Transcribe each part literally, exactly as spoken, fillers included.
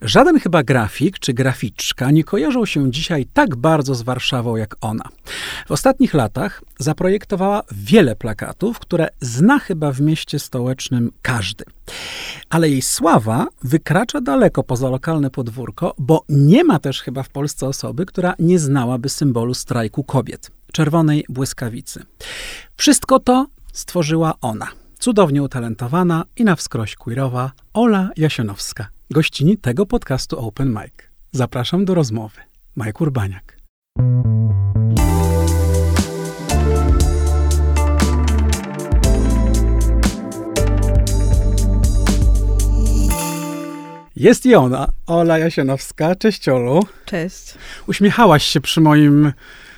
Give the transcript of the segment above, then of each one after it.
Żaden chyba grafik czy graficzka nie kojarzą się dzisiaj tak bardzo z Warszawą jak ona. W ostatnich latach zaprojektowała wiele plakatów, które zna chyba w mieście stołecznym każdy. Ale jej sława wykracza daleko poza lokalne podwórko, bo nie ma też chyba w Polsce osoby, która nie znałaby symbolu strajku kobiet, czerwonej błyskawicy. Wszystko to stworzyła ona, cudownie utalentowana i na wskroś queerowa Ola Jasionowska, gościni tego podcastu Open Mic. Zapraszam do rozmowy. Majk Urbaniak. Jest i ona, Ola Jasionowska. Cześć, Olu. Cześć. Uśmiechałaś się przy moim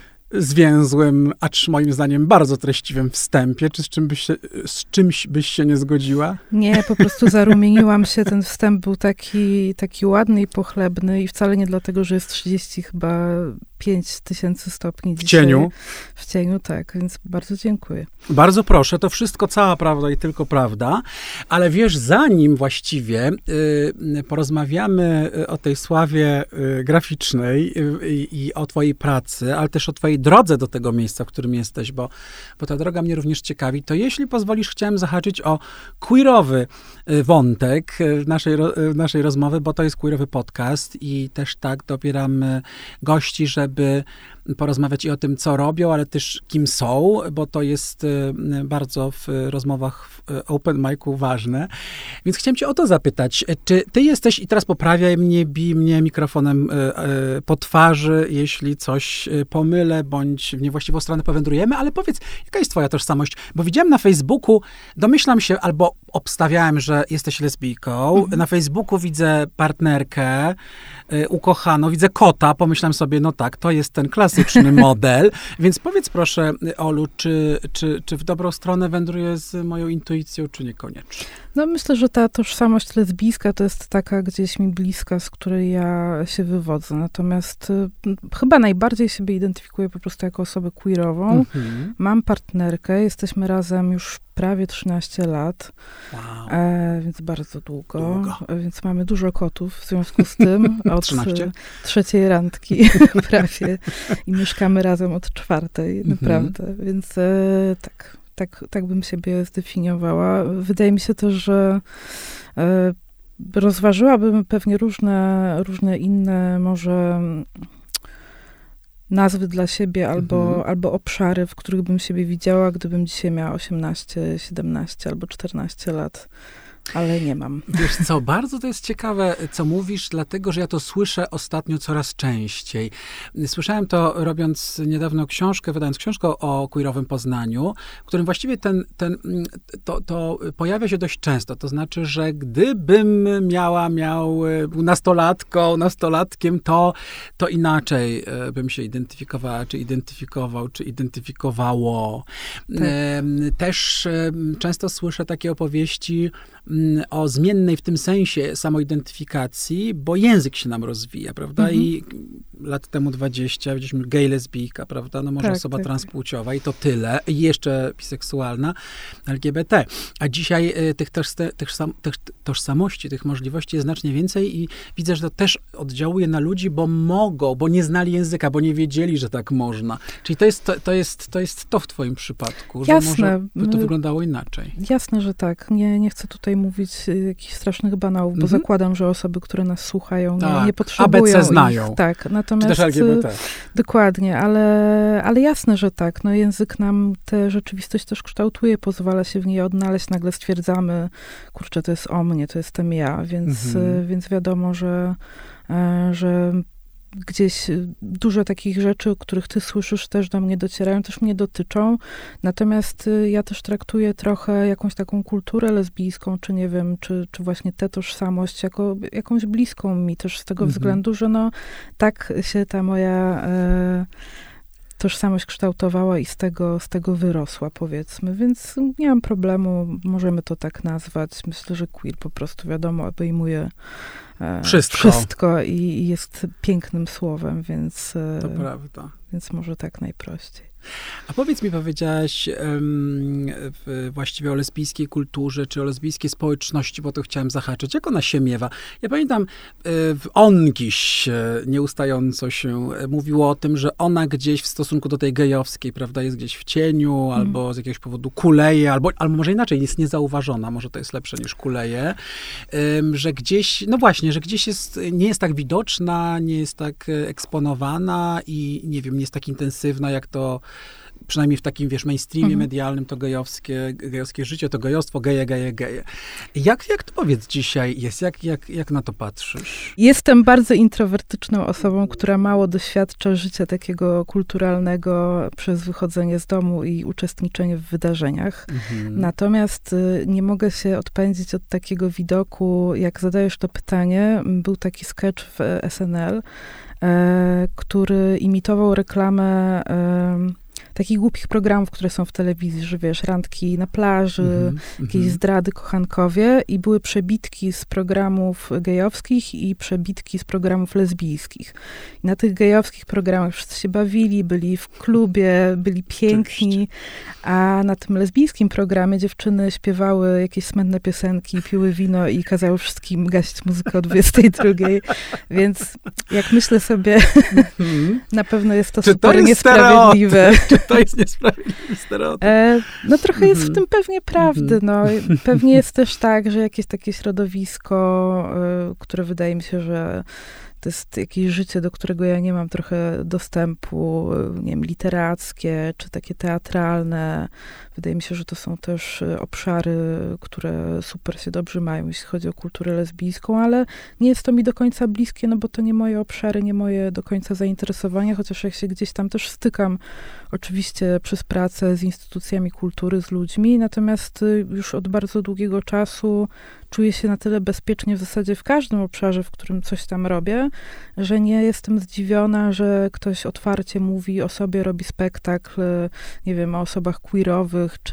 zwięzłym, acz moim zdaniem bardzo treściwym wstępie. Czy z, czym byś się, z czymś byś się nie zgodziła? Nie, po prostu zarumieniłam się. Ten wstęp był taki, taki ładny i pochlebny i wcale nie dlatego, że jest trzydzieści chyba pięć tysięcy stopni w dzisiaj. cieniu. W cieniu, tak, więc bardzo dziękuję. Bardzo proszę, to wszystko cała prawda i tylko prawda, ale wiesz, zanim właściwie y, porozmawiamy o tej sławie y, graficznej y, i o twojej pracy, ale też o twojej drodze do tego miejsca, w którym jesteś, bo, bo ta droga mnie również ciekawi, to jeśli pozwolisz, chciałem zahaczyć o queerowy y, wątek y, naszej, y, naszej rozmowy, bo to jest queerowy podcast i też tak dobieramy gości, żeby by porozmawiać i o tym, co robią, ale też kim są, bo to jest bardzo w rozmowach w Open Micu ważne. Więc chciałem cię o to zapytać. Czy ty jesteś, i teraz poprawiaj mnie, bij mnie mikrofonem po twarzy, jeśli coś pomylę, bądź w niewłaściwą stronę powędrujemy, ale powiedz, jaka jest twoja tożsamość? Bo widziałem na Facebooku, domyślam się, albo obstawiałem, że jesteś lesbijką. Mhm. Na Facebooku widzę partnerkę, ukochaną, widzę kota, pomyślałem sobie, no tak, to jest ten klasyczny model. Więc powiedz proszę, Olu, czy, czy, czy w dobrą stronę wędruję z moją intuicją, czy niekoniecznie? No myślę, że ta tożsamość lesbijska to jest taka gdzieś mi bliska, z której ja się wywodzę. Natomiast y, chyba najbardziej siebie identyfikuję po prostu jako osobę queerową. Mhm. Mam partnerkę, jesteśmy razem już prawie trzynaście lat, wow. e, więc bardzo długo. długo. E, więc mamy dużo kotów w związku z tym. Od trzynaście? trzeciej randki prawie. I mieszkamy razem od czwartej, mhm. naprawdę. Więc e, tak. Tak, tak bym siebie zdefiniowała. Wydaje mi się też, że e, rozważyłabym pewnie różne, różne inne może nazwy dla siebie albo, mhm. albo obszary, w których bym siebie widziała, gdybym dzisiaj miała osiemnaście, siedemnaście albo czternaście lat. Ale nie mam. Wiesz co, bardzo to jest ciekawe, co mówisz, dlatego, że ja to słyszę ostatnio coraz częściej. Słyszałem to, robiąc niedawno książkę, wydając książkę o queerowym Poznaniu, w którym właściwie ten, ten, to, to pojawia się dość często. To znaczy, że gdybym miała, miał, był nastolatką, nastolatkiem, to, to inaczej bym się identyfikowała, czy identyfikował, czy identyfikowało. Tak. Też często słyszę takie opowieści o zmiennej w tym sensie samoidentyfikacji, bo język się nam rozwija, prawda? Mhm. I lat temu dwadzieścia, widzieliśmy gej, lesbijka, prawda? No może tak, osoba tak, transpłciowa i to tyle. I jeszcze biseksualna, L G B T. A dzisiaj tych, też, tych, tych tożsamości, tych możliwości jest znacznie więcej i widzę, że to też oddziałuje na ludzi, bo mogą, bo nie znali języka, bo nie wiedzieli, że tak można. Czyli to jest to, to, jest, to, jest to w twoim przypadku, że Jasne. może by to wyglądało inaczej. Jasne, że tak. Nie, nie chcę tutaj mówić jakichś strasznych banałów, bo mhm. zakładam, że osoby, które nas słuchają, tak. nie, nie potrzebują A B C znają. Ich, tak, natomiast... Czy też L G B T. Dokładnie, ale, ale jasne, że tak. No język nam tę rzeczywistość też kształtuje, pozwala się w niej odnaleźć. Nagle stwierdzamy, kurczę, to jest o mnie, to jestem ja, więc, mhm. więc wiadomo, że, że gdzieś dużo takich rzeczy, o których ty słyszysz, też do mnie docierają, też mnie dotyczą. Natomiast ja też traktuję trochę jakąś taką kulturę lesbijską, czy nie wiem, czy, czy właśnie tę tożsamość jako jakąś bliską mi też z tego mhm. względu, że no tak się ta moja e, tożsamość kształtowała i z tego, z tego wyrosła, powiedzmy. Więc nie mam problemu, możemy to tak nazwać. Myślę, że queer po prostu, wiadomo, obejmuje Wszystko. Wszystko i, i jest pięknym słowem, więc, to prawda. Więc może tak najprościej. A powiedz mi, powiedziałaś um, właściwie o lesbijskiej kulturze, czy o lesbijskiej społeczności, bo to chciałem zahaczyć. Jak ona się miewa? Ja pamiętam, w Ongiś nieustająco się mówiło o tym, że ona gdzieś w stosunku do tej gejowskiej, prawda, jest gdzieś w cieniu, mm. albo z jakiegoś powodu kuleje, albo, albo może inaczej, jest niezauważona, może to jest lepsze niż kuleje, um, że gdzieś, no właśnie, że gdzieś jest, nie jest tak widoczna, nie jest tak eksponowana i nie wiem, nie jest tak intensywna, jak to przynajmniej w takim, wiesz, mainstreamie mhm. medialnym, to gejowskie, gejowskie życie, to gejostwo, geje, geje, geje. Jak, jak to powiedz dzisiaj jest? Jak, jak, jak na to patrzysz? Jestem bardzo introwertyczną osobą, która mało doświadcza życia takiego kulturalnego przez wychodzenie z domu i uczestniczenie w wydarzeniach. Mhm. Natomiast y, nie mogę się odpędzić od takiego widoku, jak zadajesz to pytanie, był taki sketch w S N L, y, który imitował reklamę y, takich głupich programów, które są w telewizji, że wiesz, randki na plaży, mm-hmm, jakieś mm-hmm. zdrady, kochankowie i były przebitki z programów gejowskich i przebitki z programów lesbijskich. I na tych gejowskich programach wszyscy się bawili, byli w klubie, byli piękni, a na tym lesbijskim programie dziewczyny śpiewały jakieś smętne piosenki, piły wino i kazały wszystkim gasić muzykę o dwudziestej drugiej. Więc jak myślę sobie, mm-hmm. na pewno jest to Czy super to jest niesprawiedliwe. Czy to jest niesprawiedliwy stereotyp? E, no trochę jest w tym pewnie prawdy. No. Pewnie jest też tak, że jakieś takie środowisko, y, które wydaje mi się, że to jest jakieś życie, do którego ja nie mam trochę dostępu, nie wiem, literackie, czy takie teatralne. Wydaje mi się, że to są też obszary, które super się dobrze mają, jeśli chodzi o kulturę lesbijską, ale nie jest to mi do końca bliskie, no bo to nie moje obszary, nie moje do końca zainteresowania, chociaż jak się gdzieś tam też stykam, oczywiście przez pracę z instytucjami kultury, z ludźmi, natomiast już od bardzo długiego czasu czuję się na tyle bezpiecznie w zasadzie w każdym obszarze, w którym coś tam robię, że nie jestem zdziwiona, że ktoś otwarcie mówi o sobie, robi spektakl, nie wiem, o osobach queerowych, czy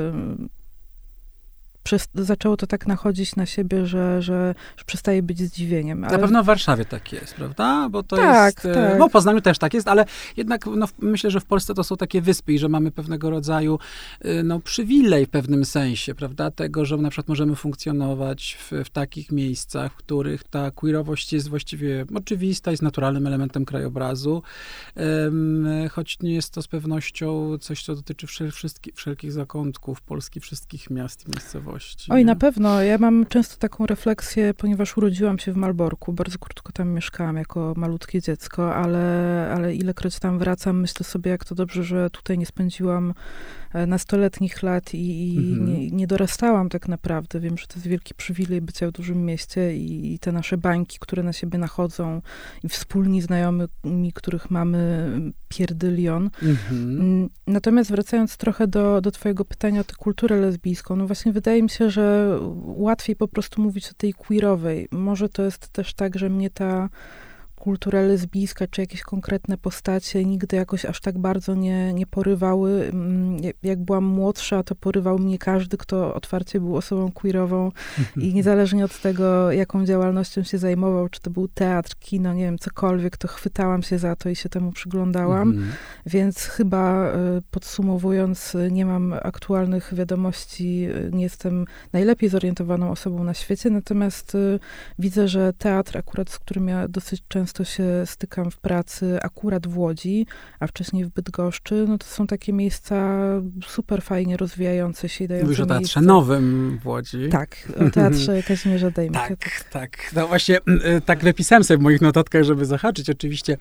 przez, zaczęło to tak nachodzić na siebie, że, że, że przestaje być zdziwieniem. Ale... Na pewno w Warszawie tak jest, prawda? Bo to tak, jest, tak. No w Poznaniu też tak jest, ale jednak no, myślę, że w Polsce to są takie wyspy i że mamy pewnego rodzaju no, przywilej w pewnym sensie, prawda? Tego, że na przykład możemy funkcjonować w, w takich miejscach, w których ta queerowość jest właściwie oczywista, jest naturalnym elementem krajobrazu, um, choć nie jest to z pewnością coś, co dotyczy wszelkich, wszelkich zakątków Polski, wszystkich miast i miejscowości. Oj, nie? Na pewno. Ja mam często taką refleksję, ponieważ urodziłam się w Malborku, bardzo krótko tam mieszkałam jako malutkie dziecko, ale, ale ilekroć tam wracam, myślę sobie, jak to dobrze, że tutaj nie spędziłam nastoletnich lat i, i mhm. nie, nie dorastałam tak naprawdę. Wiem, że to jest wielki przywilej bycia w dużym mieście i, i te nasze bańki, które na siebie nachodzą i wspólni znajomymi, których mamy pierdylion. Mhm. Natomiast wracając trochę do, do twojego pytania o tę kulturę lesbijską, no właśnie wydaje mi się, że łatwiej po prostu mówić o tej queerowej. Może to jest też tak, że mnie ta kultura lesbijska, czy jakieś konkretne postacie nigdy jakoś aż tak bardzo nie, nie porywały. Jak byłam młodsza, to porywał mnie każdy, kto otwarcie był osobą queerową i niezależnie od tego, jaką działalnością się zajmował, czy to był teatr, kino, nie wiem, cokolwiek, to chwytałam się za to i się temu przyglądałam. Mhm. Więc chyba podsumowując, nie mam aktualnych wiadomości, nie jestem najlepiej zorientowaną osobą na świecie, natomiast widzę, że teatr akurat, z którym ja dosyć często to się stykam w pracy akurat w Łodzi, a wcześniej w Bydgoszczy, no to są takie miejsca super fajnie rozwijające się i dające Mówisz o Teatrze miejsce. Nowym w Łodzi. Tak, o Teatrze Kazimierza Dejmka. Tak, tak, tak. No właśnie, tak wypisałem sobie w moich notatkach, żeby zahaczyć oczywiście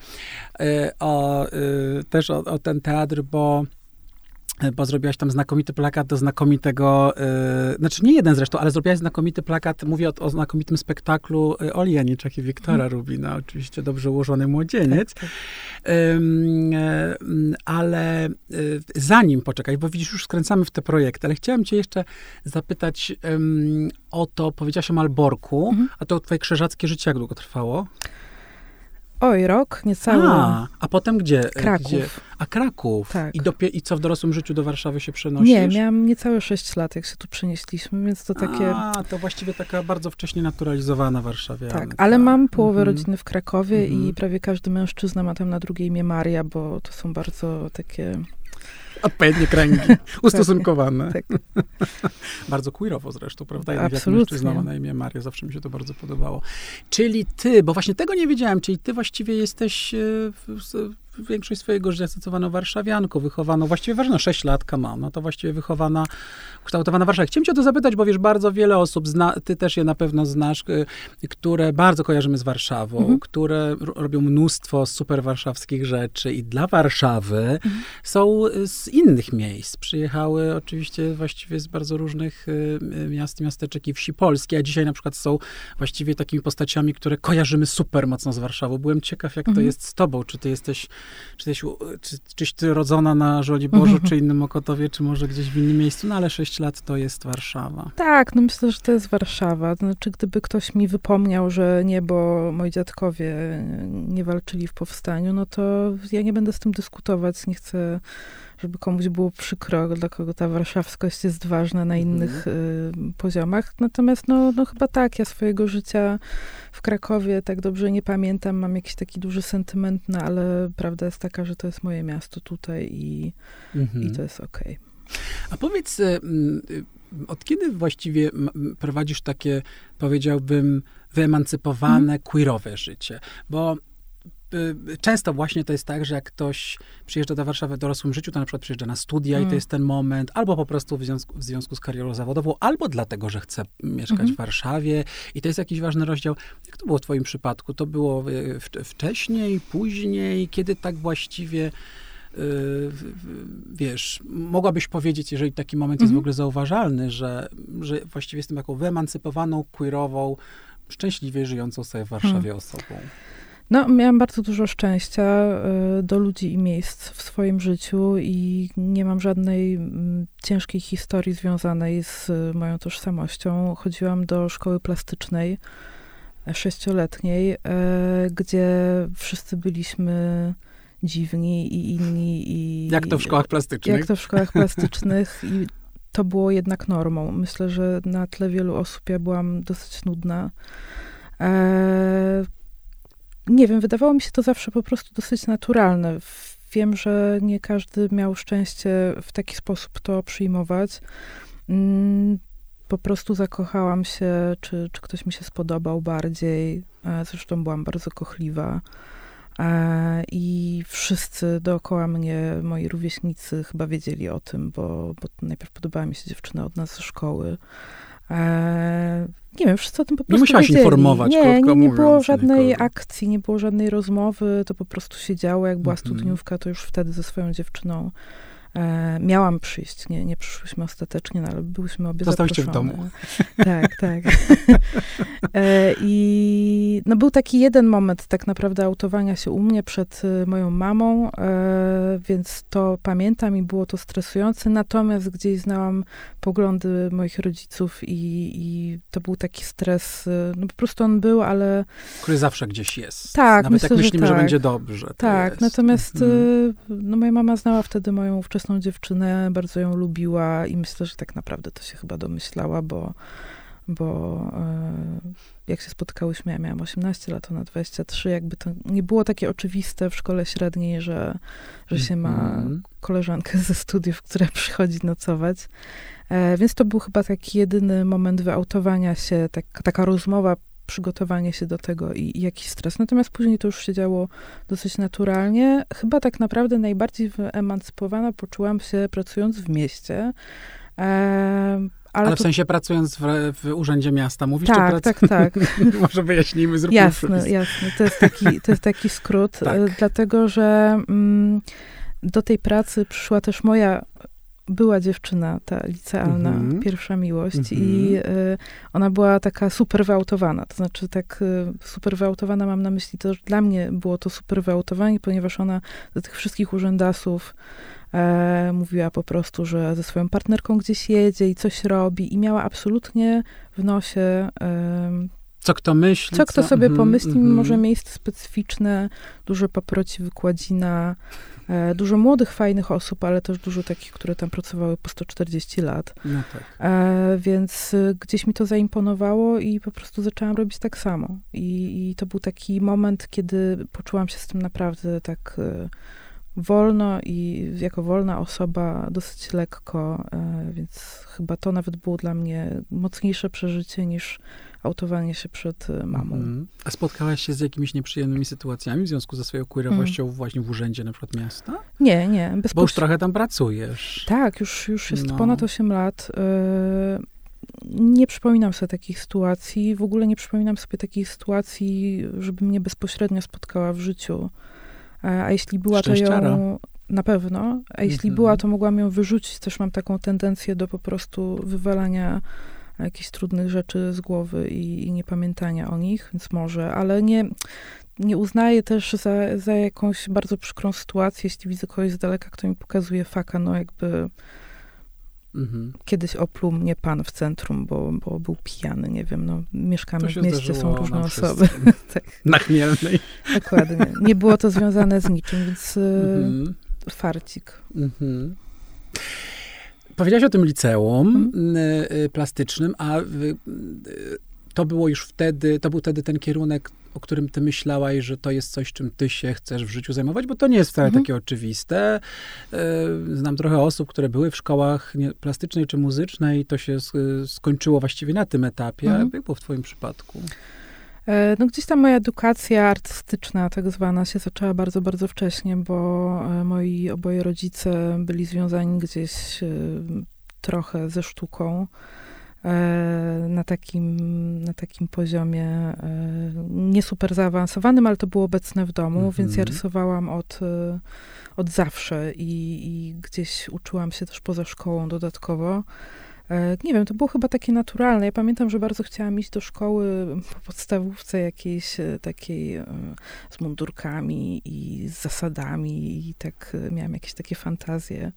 o, też o, o ten teatr, bo bo zrobiłaś tam znakomity plakat do znakomitego, yy, znaczy nie jeden zresztą, ale zrobiłaś znakomity plakat, mówię o, o znakomitym spektaklu Oli Janiczak i Wiktora hmm. Rubina, oczywiście dobrze ułożony młodzieniec. Tak, tak. Yy, yy, ale yy, zanim, poczekaj, bo widzisz, już skręcamy w te projekty, ale chciałam cię jeszcze zapytać yy, o to, powiedziałaś o Malborku, hmm. a to twoje krzyżackie życie jak długo trwało? Oj, rok, niecały. A, a potem gdzie? Kraków. Gdzie? A Kraków. Tak. I, dopie- I co, w dorosłym życiu do Warszawy się przenosisz? Nie, miałam niecałe sześć lat, jak się tu przenieśliśmy, więc to takie... A, to właściwie taka bardzo wcześnie naturalizowana Warszawa. Tak, ale mam połowę mhm. rodziny w Krakowie mhm. i prawie każdy mężczyzna ma tam na drugie imię Maria, bo to są bardzo takie... Odpowiednie kręgi, ustosunkowane. Tak. Bardzo queerowo zresztą, prawda? Jednak jak Absolutnie. mężczyzna ma na imię Maria, zawsze mi się to bardzo podobało. Czyli ty, bo właśnie tego nie wiedziałem, czyli ty właściwie jesteś e, w, większość swojego życia zdecydowaną warszawianką, wychowaną, właściwie ważne, sześć lat, come on, no to właściwie wychowana, kształtowana w Warszawie. Chciałem cię o to zapytać, bo wiesz, bardzo wiele osób, zna, ty też je na pewno znasz, y, które bardzo kojarzymy z Warszawą, mhm. które r- robią mnóstwo super warszawskich rzeczy i dla Warszawy mhm. są z innych miejsc. Przyjechały oczywiście właściwie z bardzo różnych y, miast, miasteczek i wsi Polski, a dzisiaj na przykład są właściwie takimi postaciami, które kojarzymy super mocno z Warszawą. Byłem ciekaw, jak mhm. to jest z tobą. Czy ty jesteś Czy, tyś, czy, czyś ty rodzona na Żoliborzu, mm-hmm. czy innym Mokotowie, czy może gdzieś w innym miejscu, no ale sześć lat to jest Warszawa. Tak, no myślę, że to jest Warszawa. Znaczy, gdyby ktoś mi wypomniał, że nie, bo moi dziadkowie nie walczyli w powstaniu, no to ja nie będę z tym dyskutować. Nie chcę, żeby komuś było przykro, dla kogo ta warszawskość jest ważna na innych mm. y, poziomach. Natomiast no, no chyba tak, ja swojego życia w Krakowie tak dobrze nie pamiętam. Mam jakiś taki duży sentyment, no ale prawda jest taka, że to jest moje miasto tutaj i, mm-hmm. i to jest okej. A powiedz, y, y, od kiedy właściwie m, prowadzisz takie, powiedziałbym, wyemancypowane, mm. queerowe życie? Bo często właśnie to jest tak, że jak ktoś przyjeżdża do Warszawy w dorosłym życiu, to na przykład przyjeżdża na studia mm. i to jest ten moment, albo po prostu w związku, w związku z karierą zawodową, albo dlatego, że chce mieszkać mm-hmm. w Warszawie i to jest jakiś ważny rozdział. Jak to było w twoim przypadku? To było w, wcześniej, później? Kiedy tak właściwie Yy, wiesz, mogłabyś powiedzieć, jeżeli taki moment mm-hmm. jest w ogóle zauważalny, że, że właściwie jestem taką wyemancypowaną, queerową, szczęśliwie żyjącą sobie w Warszawie mm. osobą? No, miałam bardzo dużo szczęścia y, do ludzi i miejsc w swoim życiu i nie mam żadnej m, ciężkiej historii związanej z y, moją tożsamością. Chodziłam do szkoły plastycznej sześcioletniej, y, gdzie wszyscy byliśmy dziwni i inni. I, jak to w szkołach plastycznych? Jak to w szkołach plastycznych i to było jednak normą. Myślę, że na tle wielu osób ja byłam dosyć nudna. E, Nie wiem, wydawało mi się to zawsze po prostu dosyć naturalne. Wiem, że nie każdy miał szczęście w taki sposób to przyjmować. Po prostu zakochałam się, czy, czy ktoś mi się spodobał bardziej. Zresztą byłam bardzo kochliwa. I wszyscy dookoła mnie, moi rówieśnicy chyba wiedzieli o tym, bo, bo najpierw podobała mi się dziewczyna od nas ze szkoły. Eee, nie wiem, wszyscy o tym po prostu nie musiałaś wiedzieli. informować, nie, krótko nie, nie mówiąc, było żadnej nikogo. akcji, nie było żadnej rozmowy, to po prostu się działo. Jak była mm-hmm. studniówka, to już wtedy ze swoją dziewczyną e, miałam przyjść. Nie, nie przyszłyśmy ostatecznie, no, ale byłyśmy obie Zostałyście zaproszone. w domu. Tak, tak. e, I no, był taki jeden moment tak naprawdę autowania się u mnie przed y, moją mamą, e, więc to pamiętam i było to stresujące. Natomiast gdzieś znałam poglądy moich rodziców i, i to był taki stres, y, no po prostu on był, ale... Który zawsze gdzieś jest. Tak, Nawet myślę, jak myślimy, że, że tak. będzie dobrze. Tak, jest. natomiast mhm. y, no, moja mama znała wtedy moją ówczesną dziewczynę, bardzo ją lubiła i myślę, że tak naprawdę to się chyba domyślała, bo bo y, jak się spotkałyśmy, ja miałam osiemnaście lat, ona dwadzieścia trzy, jakby to nie było takie oczywiste w szkole średniej, że, że się ma koleżankę ze studiów, która przychodzi nocować. E, więc to był chyba taki jedyny moment wyautowania się, tak, taka rozmowa, przygotowanie się do tego i, i jakiś stres. Natomiast później to już się działo dosyć naturalnie. Chyba tak naprawdę najbardziej wyemancypowana poczułam się pracując w mieście. E, Ale, Ale w to... sensie pracując w, w Urzędzie Miasta, mówisz? Tak, czy prac... tak, tak. Może wyjaśnijmy, zróbmy Jasne, przepis. jasne. To jest taki, to jest taki skrót, tak. dlatego, że mm, do tej pracy przyszła też moja była dziewczyna, ta licealna, mm-hmm. pierwsza miłość mm-hmm. i y, ona była taka super wyautowana. To znaczy tak y, super wyautowana mam na myśli to, że dla mnie było to super wyautowanie, ponieważ ona do tych wszystkich urzędasów E, mówiła po prostu, że ze swoją partnerką gdzieś jedzie i coś robi i miała absolutnie w nosie e, co kto myśli. Co kto sobie mm-hmm, pomyśli, mm-hmm. może miejsce specyficzne, dużo paproci, wykładzina, e, dużo młodych, fajnych osób, ale też dużo takich, które tam pracowały po sto czterdzieści lat. No tak. E, więc y, gdzieś mi to zaimponowało i po prostu zaczęłam robić tak samo. I, i to był taki moment, kiedy poczułam się z tym naprawdę tak... Y, wolno i jako wolna osoba dosyć lekko, więc chyba to nawet było dla mnie mocniejsze przeżycie niż autowanie się przed mamą. Mm. A spotkałaś się z jakimiś nieprzyjemnymi sytuacjami w związku ze swoją queerowością mm. właśnie w urzędzie na przykład miasta? Nie, nie. Bezpoś... Bo już trochę tam pracujesz. Tak, już, już jest no. ponad osiem lat. Nie przypominam sobie takich sytuacji. W ogóle nie przypominam sobie takich sytuacji, żeby mnie bezpośrednio spotkała w życiu. A jeśli była, to ją... Na pewno. A jeśli mm-hmm. była, to mogłam ją wyrzucić. Też mam taką tendencję do po prostu wywalania jakichś trudnych rzeczy z głowy i, i niepamiętania o nich, więc może, ale nie, nie uznaję też za, za jakąś bardzo przykrą sytuację, jeśli widzę kogoś z daleka, kto mi pokazuje faka, no jakby mhm. kiedyś opluł mnie pan w centrum, bo, bo był pijany, nie wiem, no mieszkamy w mieście, są różne osoby. Tak. Na Chmielnej. Dokładnie. Nie było to związane z niczym, więc mhm. farcik. Mhm. Powiedziałaś o tym liceum mm. plastycznym, a to było już wtedy, to był wtedy ten kierunek, o którym ty myślałaś, że to jest coś, czym ty się chcesz w życiu zajmować, bo to nie jest wcale mm. takie oczywiste. Znam trochę osób, które były w szkołach plastycznej czy muzycznej i to się skończyło właściwie na tym etapie. Mm. Jak było w twoim przypadku? No gdzieś tam moja edukacja artystyczna, tak zwana, się zaczęła bardzo, bardzo wcześnie, bo moi oboje rodzice byli związani gdzieś trochę ze sztuką na takim, na takim poziomie nie super zaawansowanym, ale to było obecne w domu, mm-hmm. więc ja rysowałam od, od zawsze i, i gdzieś uczyłam się też poza szkołą dodatkowo. Nie wiem, to było chyba takie naturalne. Ja pamiętam, że bardzo chciałam iść do szkoły po podstawówce jakiejś takiej z mundurkami i z zasadami i tak miałam jakieś takie fantazje.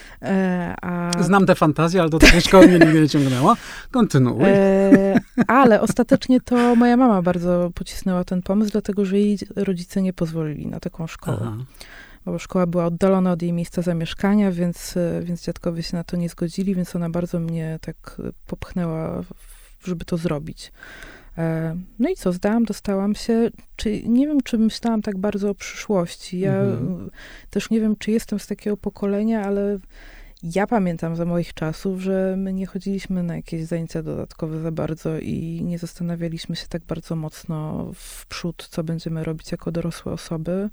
A... Znam te fantazje, ale do tej szkoły mnie nigdy nie ciągnęła. Kontynuuj. E, ale ostatecznie to moja mama bardzo pocisnęła ten pomysł, dlatego że jej rodzice nie pozwolili na taką szkołę. Aha. Bo szkoła była oddalona od jej miejsca zamieszkania, więc, więc dziadkowie się na to nie zgodzili, więc ona bardzo mnie tak popchnęła, żeby to zrobić. No i co, zdałam, dostałam się. Czy, nie wiem, czy myślałam tak bardzo o przyszłości. Ja mhm. też nie wiem, czy jestem z takiego pokolenia, ale ja pamiętam za moich czasów, że my nie chodziliśmy na jakieś zajęcia dodatkowe za bardzo i nie zastanawialiśmy się tak bardzo mocno w przód, co będziemy robić jako dorosłe osoby.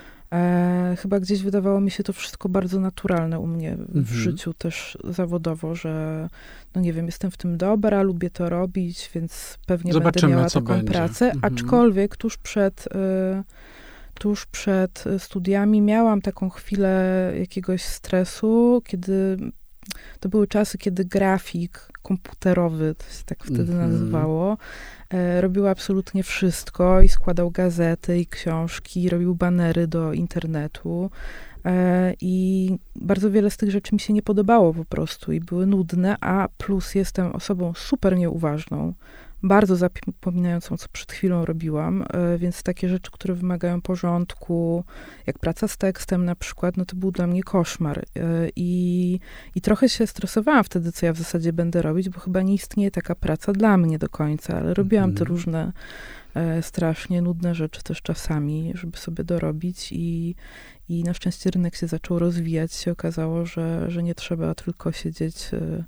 E, chyba gdzieś wydawało mi się to wszystko bardzo naturalne u mnie w mhm. życiu też zawodowo, że no nie wiem, jestem w tym dobra, lubię to robić, więc pewnie Zobaczymy, będę miała taką będzie. pracę. Mhm. Aczkolwiek tuż przed, y, tuż przed studiami miałam taką chwilę jakiegoś stresu, kiedy to były czasy, kiedy grafik komputerowy, to się tak wtedy mm-hmm. nazywało, e, robił absolutnie wszystko i składał gazety i książki, robił banery do internetu e, i bardzo wiele z tych rzeczy mi się nie podobało po prostu i były nudne, a plus jestem osobą super nieuważną, bardzo zapominającą, co przed chwilą robiłam, więc takie rzeczy, które wymagają porządku, jak praca z tekstem na przykład, no to był dla mnie koszmar. I, i trochę się stresowałam wtedy, co ja w zasadzie będę robić, bo chyba nie istnieje taka praca dla mnie do końca, ale robiłam mm. te różne e, strasznie nudne rzeczy też czasami, żeby sobie dorobić i, i na szczęście rynek się zaczął rozwijać. Się okazało, że, że nie trzeba tylko siedzieć e,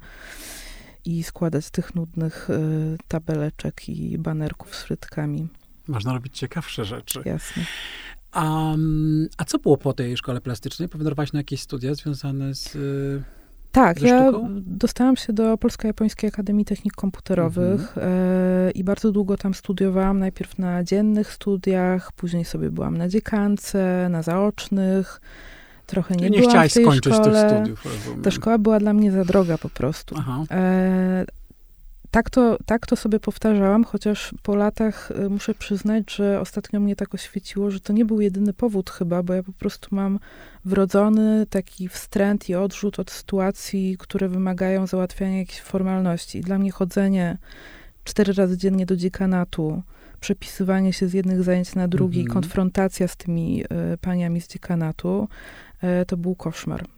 i składać tych nudnych y, tabeleczek i banerków z frytkami. Można robić ciekawsze rzeczy. Jasne. A, a co było po tej szkole plastycznej? Powędrowałaś na jakieś studia związane z y, Tak, ze ja sztuką? dostałam się do Polsko-Japońskiej Akademii Technik Komputerowych mhm. y, i bardzo długo tam studiowałam. Najpierw na dziennych studiach, później sobie byłam na dziekance, na zaocznych. Trochę nie, nie byłam chciałaś w tej skończyć szkole. Tych studiów, rozumiem. Ta szkoła była dla mnie za droga po prostu. E, tak, to, tak to sobie powtarzałam, chociaż po latach e, muszę przyznać, że ostatnio mnie tak oświeciło, że to nie był jedyny powód chyba, bo ja po prostu mam wrodzony taki wstręt i odrzut od sytuacji, które wymagają załatwiania jakichś formalności. I dla mnie chodzenie cztery razy dziennie do dziekanatu, przepisywanie się z jednych zajęć na drugi, mm-hmm. konfrontacja z tymi y, paniami z dziekanatu, y, to był koszmar. Y,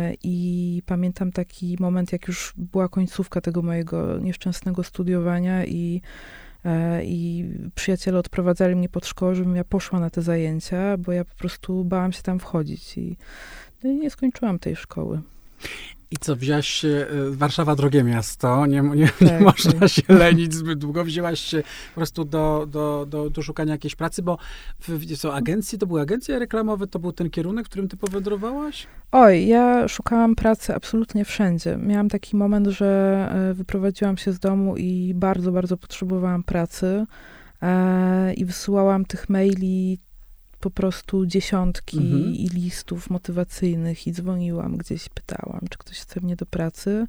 I pamiętam taki moment, jak już była końcówka tego mojego nieszczęsnego studiowania i, y, i przyjaciele odprowadzali mnie pod szkołę, żebym ja poszła na te zajęcia, bo ja po prostu bałam się tam wchodzić i, no i nie skończyłam tej szkoły. I co, wzięłaś się, Warszawa drogie miasto, nie, nie, tak, nie można tak. się lenić zbyt długo, wzięłaś się po prostu do, do, do, do szukania jakiejś pracy, bo w, co, agencji, to były agencje reklamowe, to był ten kierunek, w którym ty powędrowałaś? Oj, ja szukałam pracy absolutnie wszędzie. Miałam taki moment, że wyprowadziłam się z domu i bardzo, bardzo potrzebowałam pracy e, i wysyłałam tych maili po prostu dziesiątki mhm. i listów motywacyjnych i dzwoniłam gdzieś, pytałam, czy ktoś chce mnie do pracy.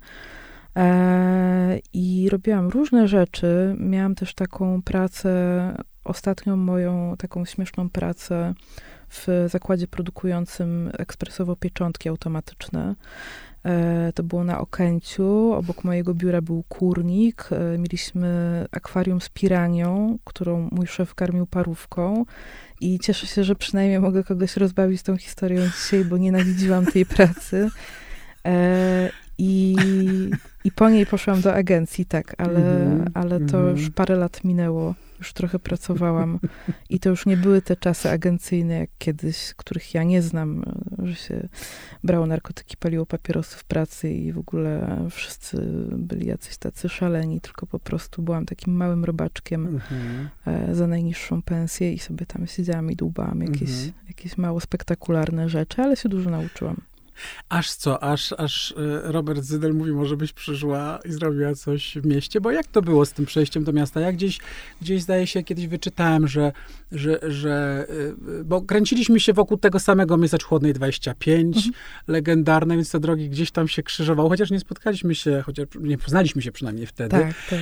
E, I robiłam różne rzeczy. Miałam też taką pracę, ostatnią moją taką śmieszną pracę w zakładzie produkującym ekspresowo pieczątki automatyczne. E, to było na Okęciu. Obok mojego biura był kurnik. E, mieliśmy akwarium z piranią, którą mój szef karmił parówką. I cieszę się, że przynajmniej mogę kogoś rozbawić tą historią dzisiaj, bo nienawidziłam tej pracy. E, i, I po niej poszłam do agencji, tak, ale, mm-hmm, ale to mm-hmm. już parę lat minęło. Już trochę pracowałam i to już nie były te czasy agencyjne jak kiedyś, których ja nie znam, że się brało narkotyki, paliło papierosy w pracy i w ogóle wszyscy byli jacyś tacy szaleni, tylko po prostu byłam takim małym robaczkiem mhm. e, za najniższą pensję i sobie tam siedziałam i dłubałam jakieś, mhm. jakieś mało spektakularne rzeczy, ale się dużo nauczyłam. Aż co, aż, aż Robert Zydel mówi, może byś przyszła i zrobiła coś w mieście, bo jak to było z tym przejściem do miasta? Ja gdzieś, gdzieś zdaje się, kiedyś wyczytałem, że, że, że bo kręciliśmy się wokół tego samego Miasteczka Chłodnej dwadzieścia pięć, mhm. legendarne, więc te drogi gdzieś tam się krzyżowały, chociaż nie spotkaliśmy się, chociaż nie poznaliśmy się przynajmniej wtedy. Tak, tak.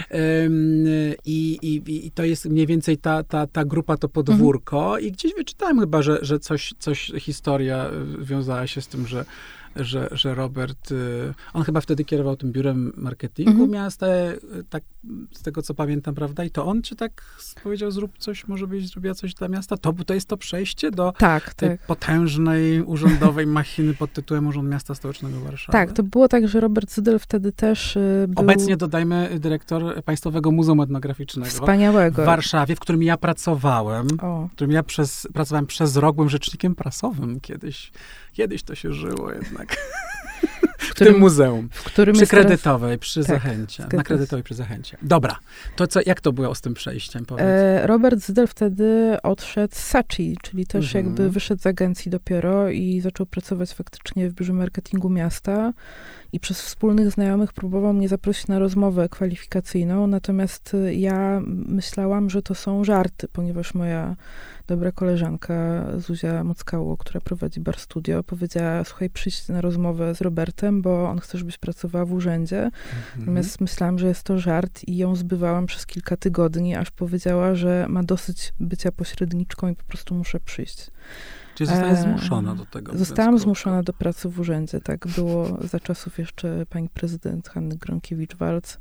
I, i, I to jest mniej więcej ta, ta, ta grupa, to podwórko mhm. i gdzieś wyczytałem chyba, że, że coś, coś, historia wiązała się z tym, że Że, że Robert, on chyba wtedy kierował tym biurem marketingu mhm. miasta, tak z tego co pamiętam, prawda? I to on ci tak powiedział, zrób coś, może byś zrobiła coś dla miasta? To, to jest to przejście do tak, tej tak. potężnej, urzędowej machiny pod tytułem Urząd Miasta Stołecznego Warszawy. Tak, to było tak, że Robert Zydel wtedy też był... Obecnie, dodajmy, dyrektor Państwowego Muzeum Etnograficznego. Wspaniałego. W Warszawie, w którym ja pracowałem. O. W którym ja przez, pracowałem przez rok, byłem rzecznikiem prasowym kiedyś. Kiedyś to się żyło jednak. W, w którym, tym muzeum. W którym przy jest kredytowej, teraz... przy tak, Zachęcie. Na kredytowej przy Zachęcie. Dobra. To co, jak to było z tym przejściem? Powiedz. E, Robert Zydel wtedy odszedł z Sachi, czyli też mhm. jakby wyszedł z agencji dopiero i zaczął pracować faktycznie w biurze marketingu miasta i przez wspólnych znajomych próbował mnie zaprosić na rozmowę kwalifikacyjną, natomiast ja myślałam, że to są żarty, ponieważ moja dobra koleżanka Zuzia Mockało, która prowadzi Bar Studio, powiedziała, słuchaj, przyjdź na rozmowę z Robertem, bo on chce, żebyś pracowała w urzędzie. Mhm. Natomiast myślałam, że jest to żart i ją zbywałam przez kilka tygodni, aż powiedziała, że ma dosyć bycia pośredniczką i po prostu muszę przyjść. Czyli zostałaś zmuszona do tego? Zostałam zmuszona do pracy w urzędzie, tak. Było za czasów jeszcze pani prezydent Hanny Gronkiewicz-Waltz.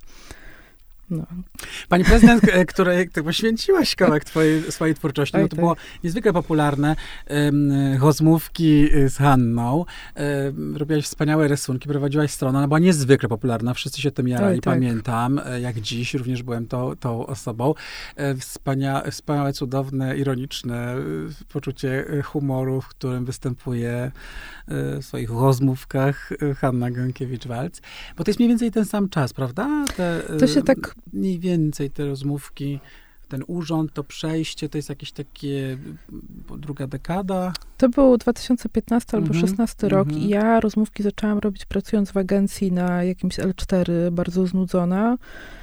No. Pani prezydent, której ty poświęciłaś kawałek twojej, swojej twórczości, no to tak. było niezwykle popularne. Um, rozmówki z Hanną. Um, robiłaś wspaniałe rysunki, prowadziłaś stronę. Ona była niezwykle popularna. Wszyscy się tym jarali. Tak. Pamiętam, jak dziś. Również byłem to, tą osobą. Wspania, wspaniałe, cudowne, ironiczne poczucie humoru, w którym występuje w swoich rozmówkach Hanna Gronkiewicz-Waltz. Bo to jest mniej więcej ten sam czas, prawda? Te, to się tak... Mniej więcej te rozmówki, ten urząd, to przejście, to jest jakieś takie druga dekada? To był dwa tysiące piętnasty albo mm-hmm, szesnasty rok mm-hmm. i ja rozmówki zaczęłam robić pracując w agencji na jakimś L cztery, bardzo znudzona.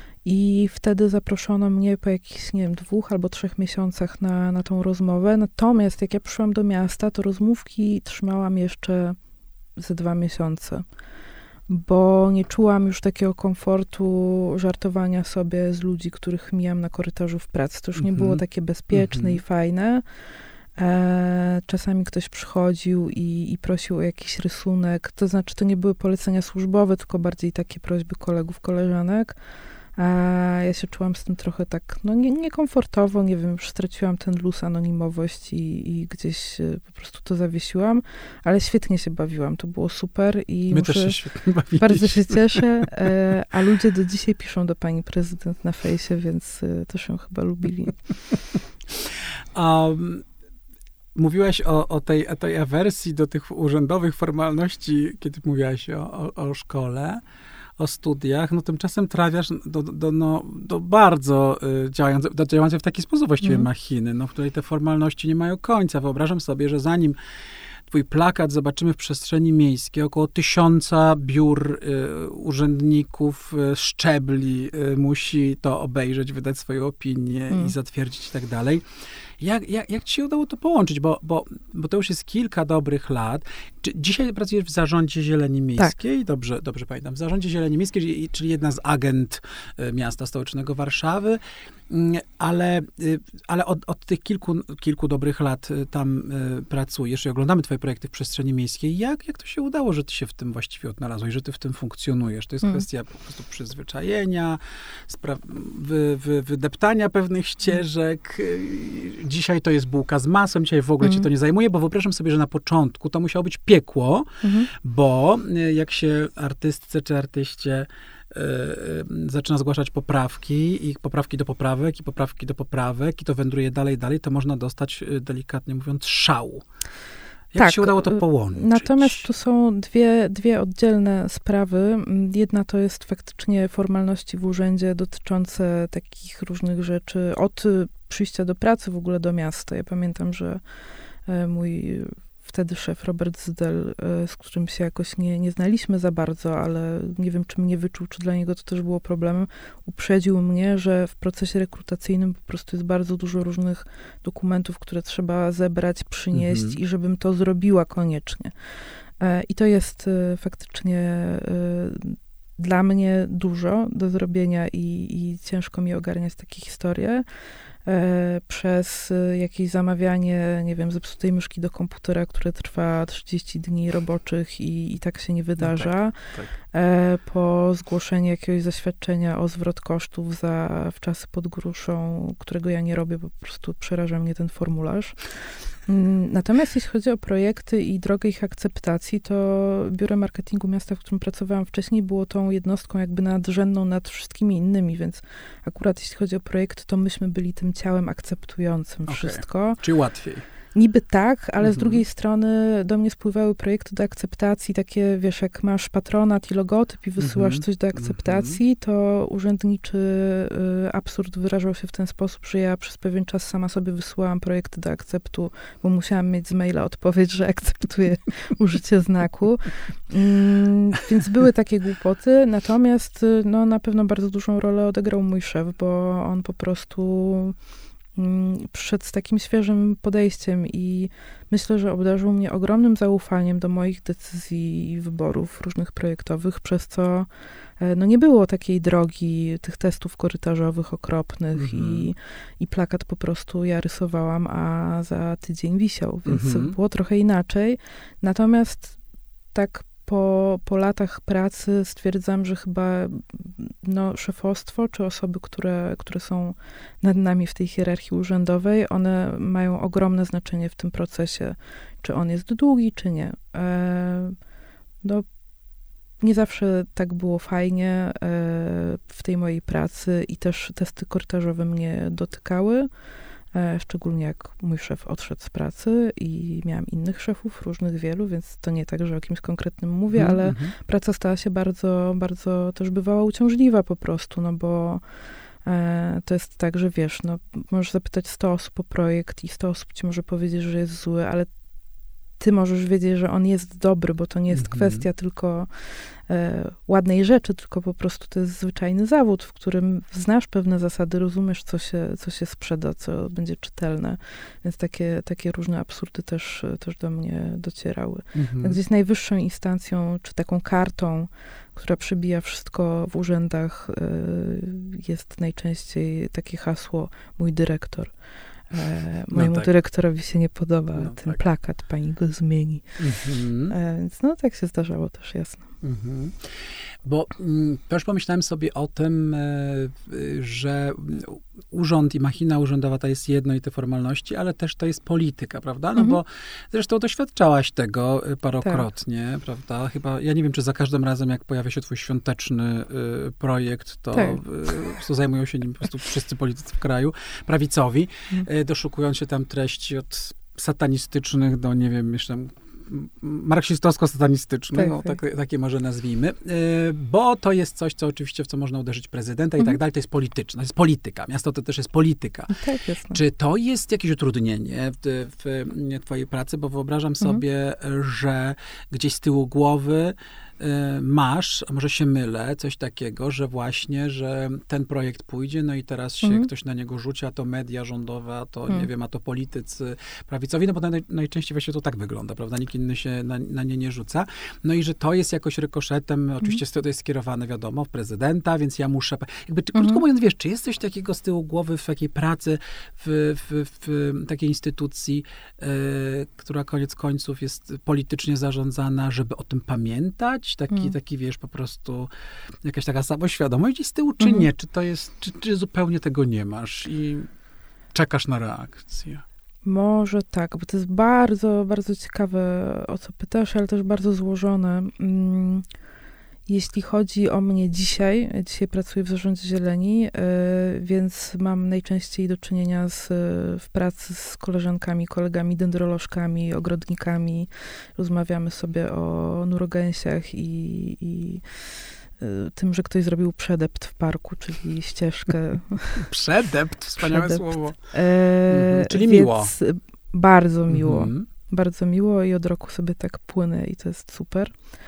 I wtedy zaproszono mnie po jakichś, nie wiem, dwóch albo trzech miesiącach na, na tą rozmowę. Natomiast jak ja przyszłam do miasta, to rozmówki trzymałam jeszcze ze dwa miesiące. Bo nie czułam już takiego komfortu żartowania sobie z ludzi, których mijam na korytarzu w pracy. To już nie mm-hmm. było takie bezpieczne mm-hmm. i fajne. E, czasami ktoś przychodził i, i prosił o jakiś rysunek. To znaczy, to nie były polecenia służbowe, tylko bardziej takie prośby kolegów, koleżanek. A ja się czułam z tym trochę tak, no nie, niekomfortowo, nie wiem, już straciłam ten luz, anonimowość i, i gdzieś po prostu to zawiesiłam, ale świetnie się bawiłam, to było super i My muszę, też się świetnie bawiliśmy. Bardzo się cieszę, a ludzie do dzisiaj piszą do pani prezydent na fejsie, więc też ją chyba lubili. Um, mówiłaś o, o, tej, o tej awersji do tych urzędowych formalności, kiedy mówiłaś o, o, o szkole, o studiach, no tymczasem trafiasz do, do, no, do bardzo y, działające, do działającej w taki sposób właściwie mm. machiny, no, w której te formalności nie mają końca. Wyobrażam sobie, że zanim twój plakat zobaczymy w przestrzeni miejskiej, około tysiąca biur, y, urzędników, y, szczebli y, musi to obejrzeć, wydać swoją opinię mm. i zatwierdzić i tak dalej. Jak, jak, jak ci się udało to połączyć? Bo, bo, bo to już jest kilka dobrych lat. Czy dzisiaj pracujesz w Zarządzie Zieleni Miejskiej? Tak. Dobrze, dobrze pamiętam. W Zarządzie Zieleni Miejskiej, czyli jedna z agent miasta stołecznego Warszawy, ale, ale od, od tych kilku, kilku dobrych lat tam pracujesz i oglądamy twoje projekty w przestrzeni miejskiej. Jak, jak to się udało, że ty się w tym właściwie odnalazłeś, że ty w tym funkcjonujesz? To jest hmm. kwestia po prostu przyzwyczajenia, spra- wy, wy, wydeptania pewnych ścieżek. Dzisiaj to jest bułka z masłem, dzisiaj w ogóle mm. cię to nie zajmuje, bo wyobrażam sobie, że na początku to musiało być piekło, mm. bo jak się artystce czy artyście y, y, zaczyna zgłaszać poprawki i poprawki do poprawek i poprawki do poprawek i to wędruje dalej, dalej, to można dostać, delikatnie mówiąc, szału. Jak tak, się udało to połączyć? Natomiast tu są dwie, dwie oddzielne sprawy. Jedna to jest faktycznie formalności w urzędzie dotyczące takich różnych rzeczy, od przyjścia do pracy w ogóle do miasta. Ja pamiętam, że mój wtedy szef Robert Zdel, z którym się jakoś nie, nie znaliśmy za bardzo, ale nie wiem, czy mnie wyczuł, czy dla niego to też było problemem, uprzedził mnie, że w procesie rekrutacyjnym po prostu jest bardzo dużo różnych dokumentów, które trzeba zebrać, przynieść mhm. i żebym to zrobiła koniecznie. I to jest faktycznie dla mnie dużo do zrobienia i, i ciężko mi ogarniać takie historie. Przez jakieś zamawianie, nie wiem, zepsutej myszki do komputera, które trwa trzydzieści dni roboczych i, i tak się nie wydarza. No tak, tak. Po zgłoszenie jakiegoś zaświadczenia o zwrot kosztów za wczasy pod gruszą, którego ja nie robię, bo po prostu przeraża mnie ten formularz. Natomiast jeśli chodzi o projekty i drogę ich akceptacji, to Biuro Marketingu Miasta, w którym pracowałam wcześniej, było tą jednostką jakby nadrzędną nad wszystkimi innymi, więc akurat jeśli chodzi o projekty, to myśmy byli tym ciałem akceptującym okay. wszystko. Czyli łatwiej. Niby tak, ale mhm. z drugiej strony do mnie spływały projekty do akceptacji, takie, wiesz, jak masz patronat i logotyp i wysyłasz mhm. coś do akceptacji, mhm. to urzędniczy y, absurd wyrażał się w ten sposób, że ja przez pewien czas sama sobie wysyłałam projekty do akceptu, bo musiałam mieć z maila odpowiedź, że akceptuję użycie znaku. Mm, więc były takie głupoty, natomiast no, na pewno bardzo dużą rolę odegrał mój szef, bo on po prostu przyszedł z takim świeżym podejściem i myślę, że obdarzył mnie ogromnym zaufaniem do moich decyzji i wyborów różnych projektowych, przez co no nie było takiej drogi tych testów korytarzowych okropnych mm-hmm. i, i plakat po prostu ja rysowałam, a za tydzień wisiał, więc mm-hmm. było trochę inaczej. Natomiast tak Po, po latach pracy stwierdzam, że chyba no, szefostwo, czy osoby, które, które są nad nami w tej hierarchii urzędowej, one mają ogromne znaczenie w tym procesie. Czy on jest długi, czy nie. E, no, nie zawsze tak było fajnie e, w tej mojej pracy i też testy korytarzowe mnie dotykały. Szczególnie jak mój szef odszedł z pracy i miałam innych szefów, różnych wielu, więc to nie tak, że o kimś konkretnym mówię, mm, ale mm-hmm. praca stała się bardzo, bardzo też bywała uciążliwa po prostu, no bo e, to jest tak, że wiesz, no możesz zapytać sto osób o projekt i sto osób ci może powiedzieć, że jest zły, ale ty możesz wiedzieć, że on jest dobry, bo to nie jest mm-hmm. kwestia tylko e, ładnej rzeczy, tylko po prostu to jest zwyczajny zawód, w którym znasz pewne zasady, rozumiesz, co się, co się sprzeda, co będzie czytelne. Więc takie, takie różne absurdy też, też do mnie docierały. Mm-hmm. Gdzieś najwyższą instancją, czy taką kartą, która przebija wszystko w urzędach, e, jest najczęściej takie hasło mój dyrektor. E, mojemu no tak. dyrektorowi się nie podoba no ten tak. plakat, pani go zmieni. Mm-hmm. E, więc no tak się zdarzało też, jasne. Mhm. Bo mm, też pomyślałem sobie o tym, e, że urząd i machina urzędowa to jest jedno i te formalności, ale też to jest polityka, prawda? No Mhm. bo zresztą doświadczałaś tego parokrotnie, tak. prawda? Chyba, ja nie wiem, czy za każdym razem, jak pojawia się twój świąteczny y, projekt, to, tak. y, to zajmują się nim po prostu wszyscy politycy w kraju, prawicowi, mhm. y, doszukując się tam treści od satanistycznych do, nie wiem, jeszcze tam marksistowsko-satanistyczny, tak, no, tak. tak, takie może nazwijmy, yy, bo to jest coś, co oczywiście, w co można uderzyć prezydenta i mhm. tak dalej, to jest polityczne, to jest polityka. Miasto to też jest polityka. Tak, jasne. Czy to jest jakieś utrudnienie w, w twojej pracy? Bo wyobrażam sobie, mhm. że gdzieś z tyłu głowy masz, a może się mylę, coś takiego, że właśnie, że ten projekt pójdzie, no i teraz się mhm. ktoś na niego rzuci, a to media rządowe, a to, mhm. nie wiem, a to politycy prawicowi, no bo naj, najczęściej właśnie to tak wygląda, prawda? Nikt inny się na, na nie nie rzuca. No i że to jest jakoś rykoszetem, oczywiście mhm. to jest skierowane, wiadomo, w prezydenta, więc ja muszę, jakby, czy, mhm. krótko mówiąc, wiesz, czy jest coś takiego z tyłu głowy w takiej pracy, w, w, w takiej instytucji, yy, która koniec końców jest politycznie zarządzana, żeby o tym pamiętać? Taki, hmm. taki, wiesz, po prostu jakaś taka samoświadomość gdzieś z tyłu, czy hmm. nie? Czy to jest, czy, czy zupełnie tego nie masz i czekasz na reakcję? Może tak, bo to jest bardzo, bardzo ciekawe, o co pytasz, ale też bardzo złożone. Jeśli chodzi o mnie dzisiaj, dzisiaj pracuję w Zarządzie Zieleni, więc mam najczęściej do czynienia z, w pracy z koleżankami, kolegami, dendrolożkami, ogrodnikami. Rozmawiamy sobie o nurogęsiach i, i tym, że ktoś zrobił przedept w parku, czyli ścieżkę. Przedept, wspaniałe przedept. słowo. E, mhm. Czyli więc miło. Bardzo miło. Mhm. Bardzo miło i od roku sobie tak płynę i to jest super.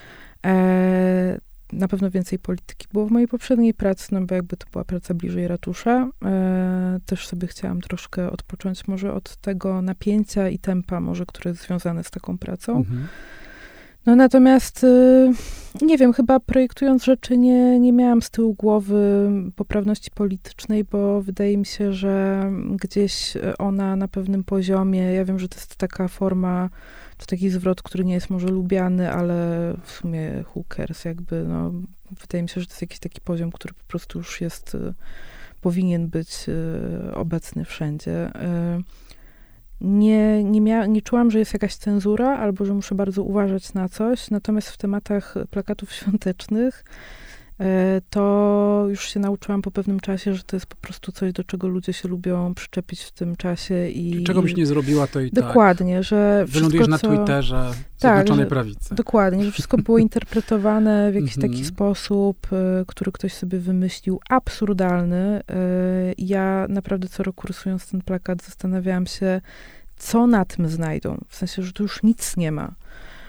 E, na pewno więcej polityki było w mojej poprzedniej pracy, no bo jakby to była praca bliżej ratusza. E, też sobie chciałam troszkę odpocząć może od tego napięcia i tempa może, które jest związane z taką pracą. Mhm. No natomiast, y, nie wiem, chyba projektując rzeczy nie, nie miałam z tyłu głowy poprawności politycznej, bo wydaje mi się, że gdzieś ona na pewnym poziomie, ja wiem, że to jest taka forma, to taki zwrot, który nie jest może lubiany, ale w sumie who cares, jakby, no, wydaje mi się, że to jest jakiś taki poziom, który po prostu już jest, y, powinien być y, obecny wszędzie. Y, Nie, nie, mia- nie czułam, że jest jakaś cenzura, albo że muszę bardzo uważać na coś, natomiast w tematach plakatów świątecznych e, to już się nauczyłam po pewnym czasie, że to jest po prostu coś, do czego ludzie się lubią przyczepić w tym czasie. I czego byś nie zrobiła, to i dokładnie, tak. że wylądujesz na co, Twitterze tak, Zjednoczonej że, Prawicy. Dokładnie, że wszystko było interpretowane w jakiś Mhm. taki sposób, y, który ktoś sobie wymyślił, absurdalny. Y, ja naprawdę co roku rysując ten plakat zastanawiałam się, co na tym znajdą. W sensie, że tu już nic nie ma.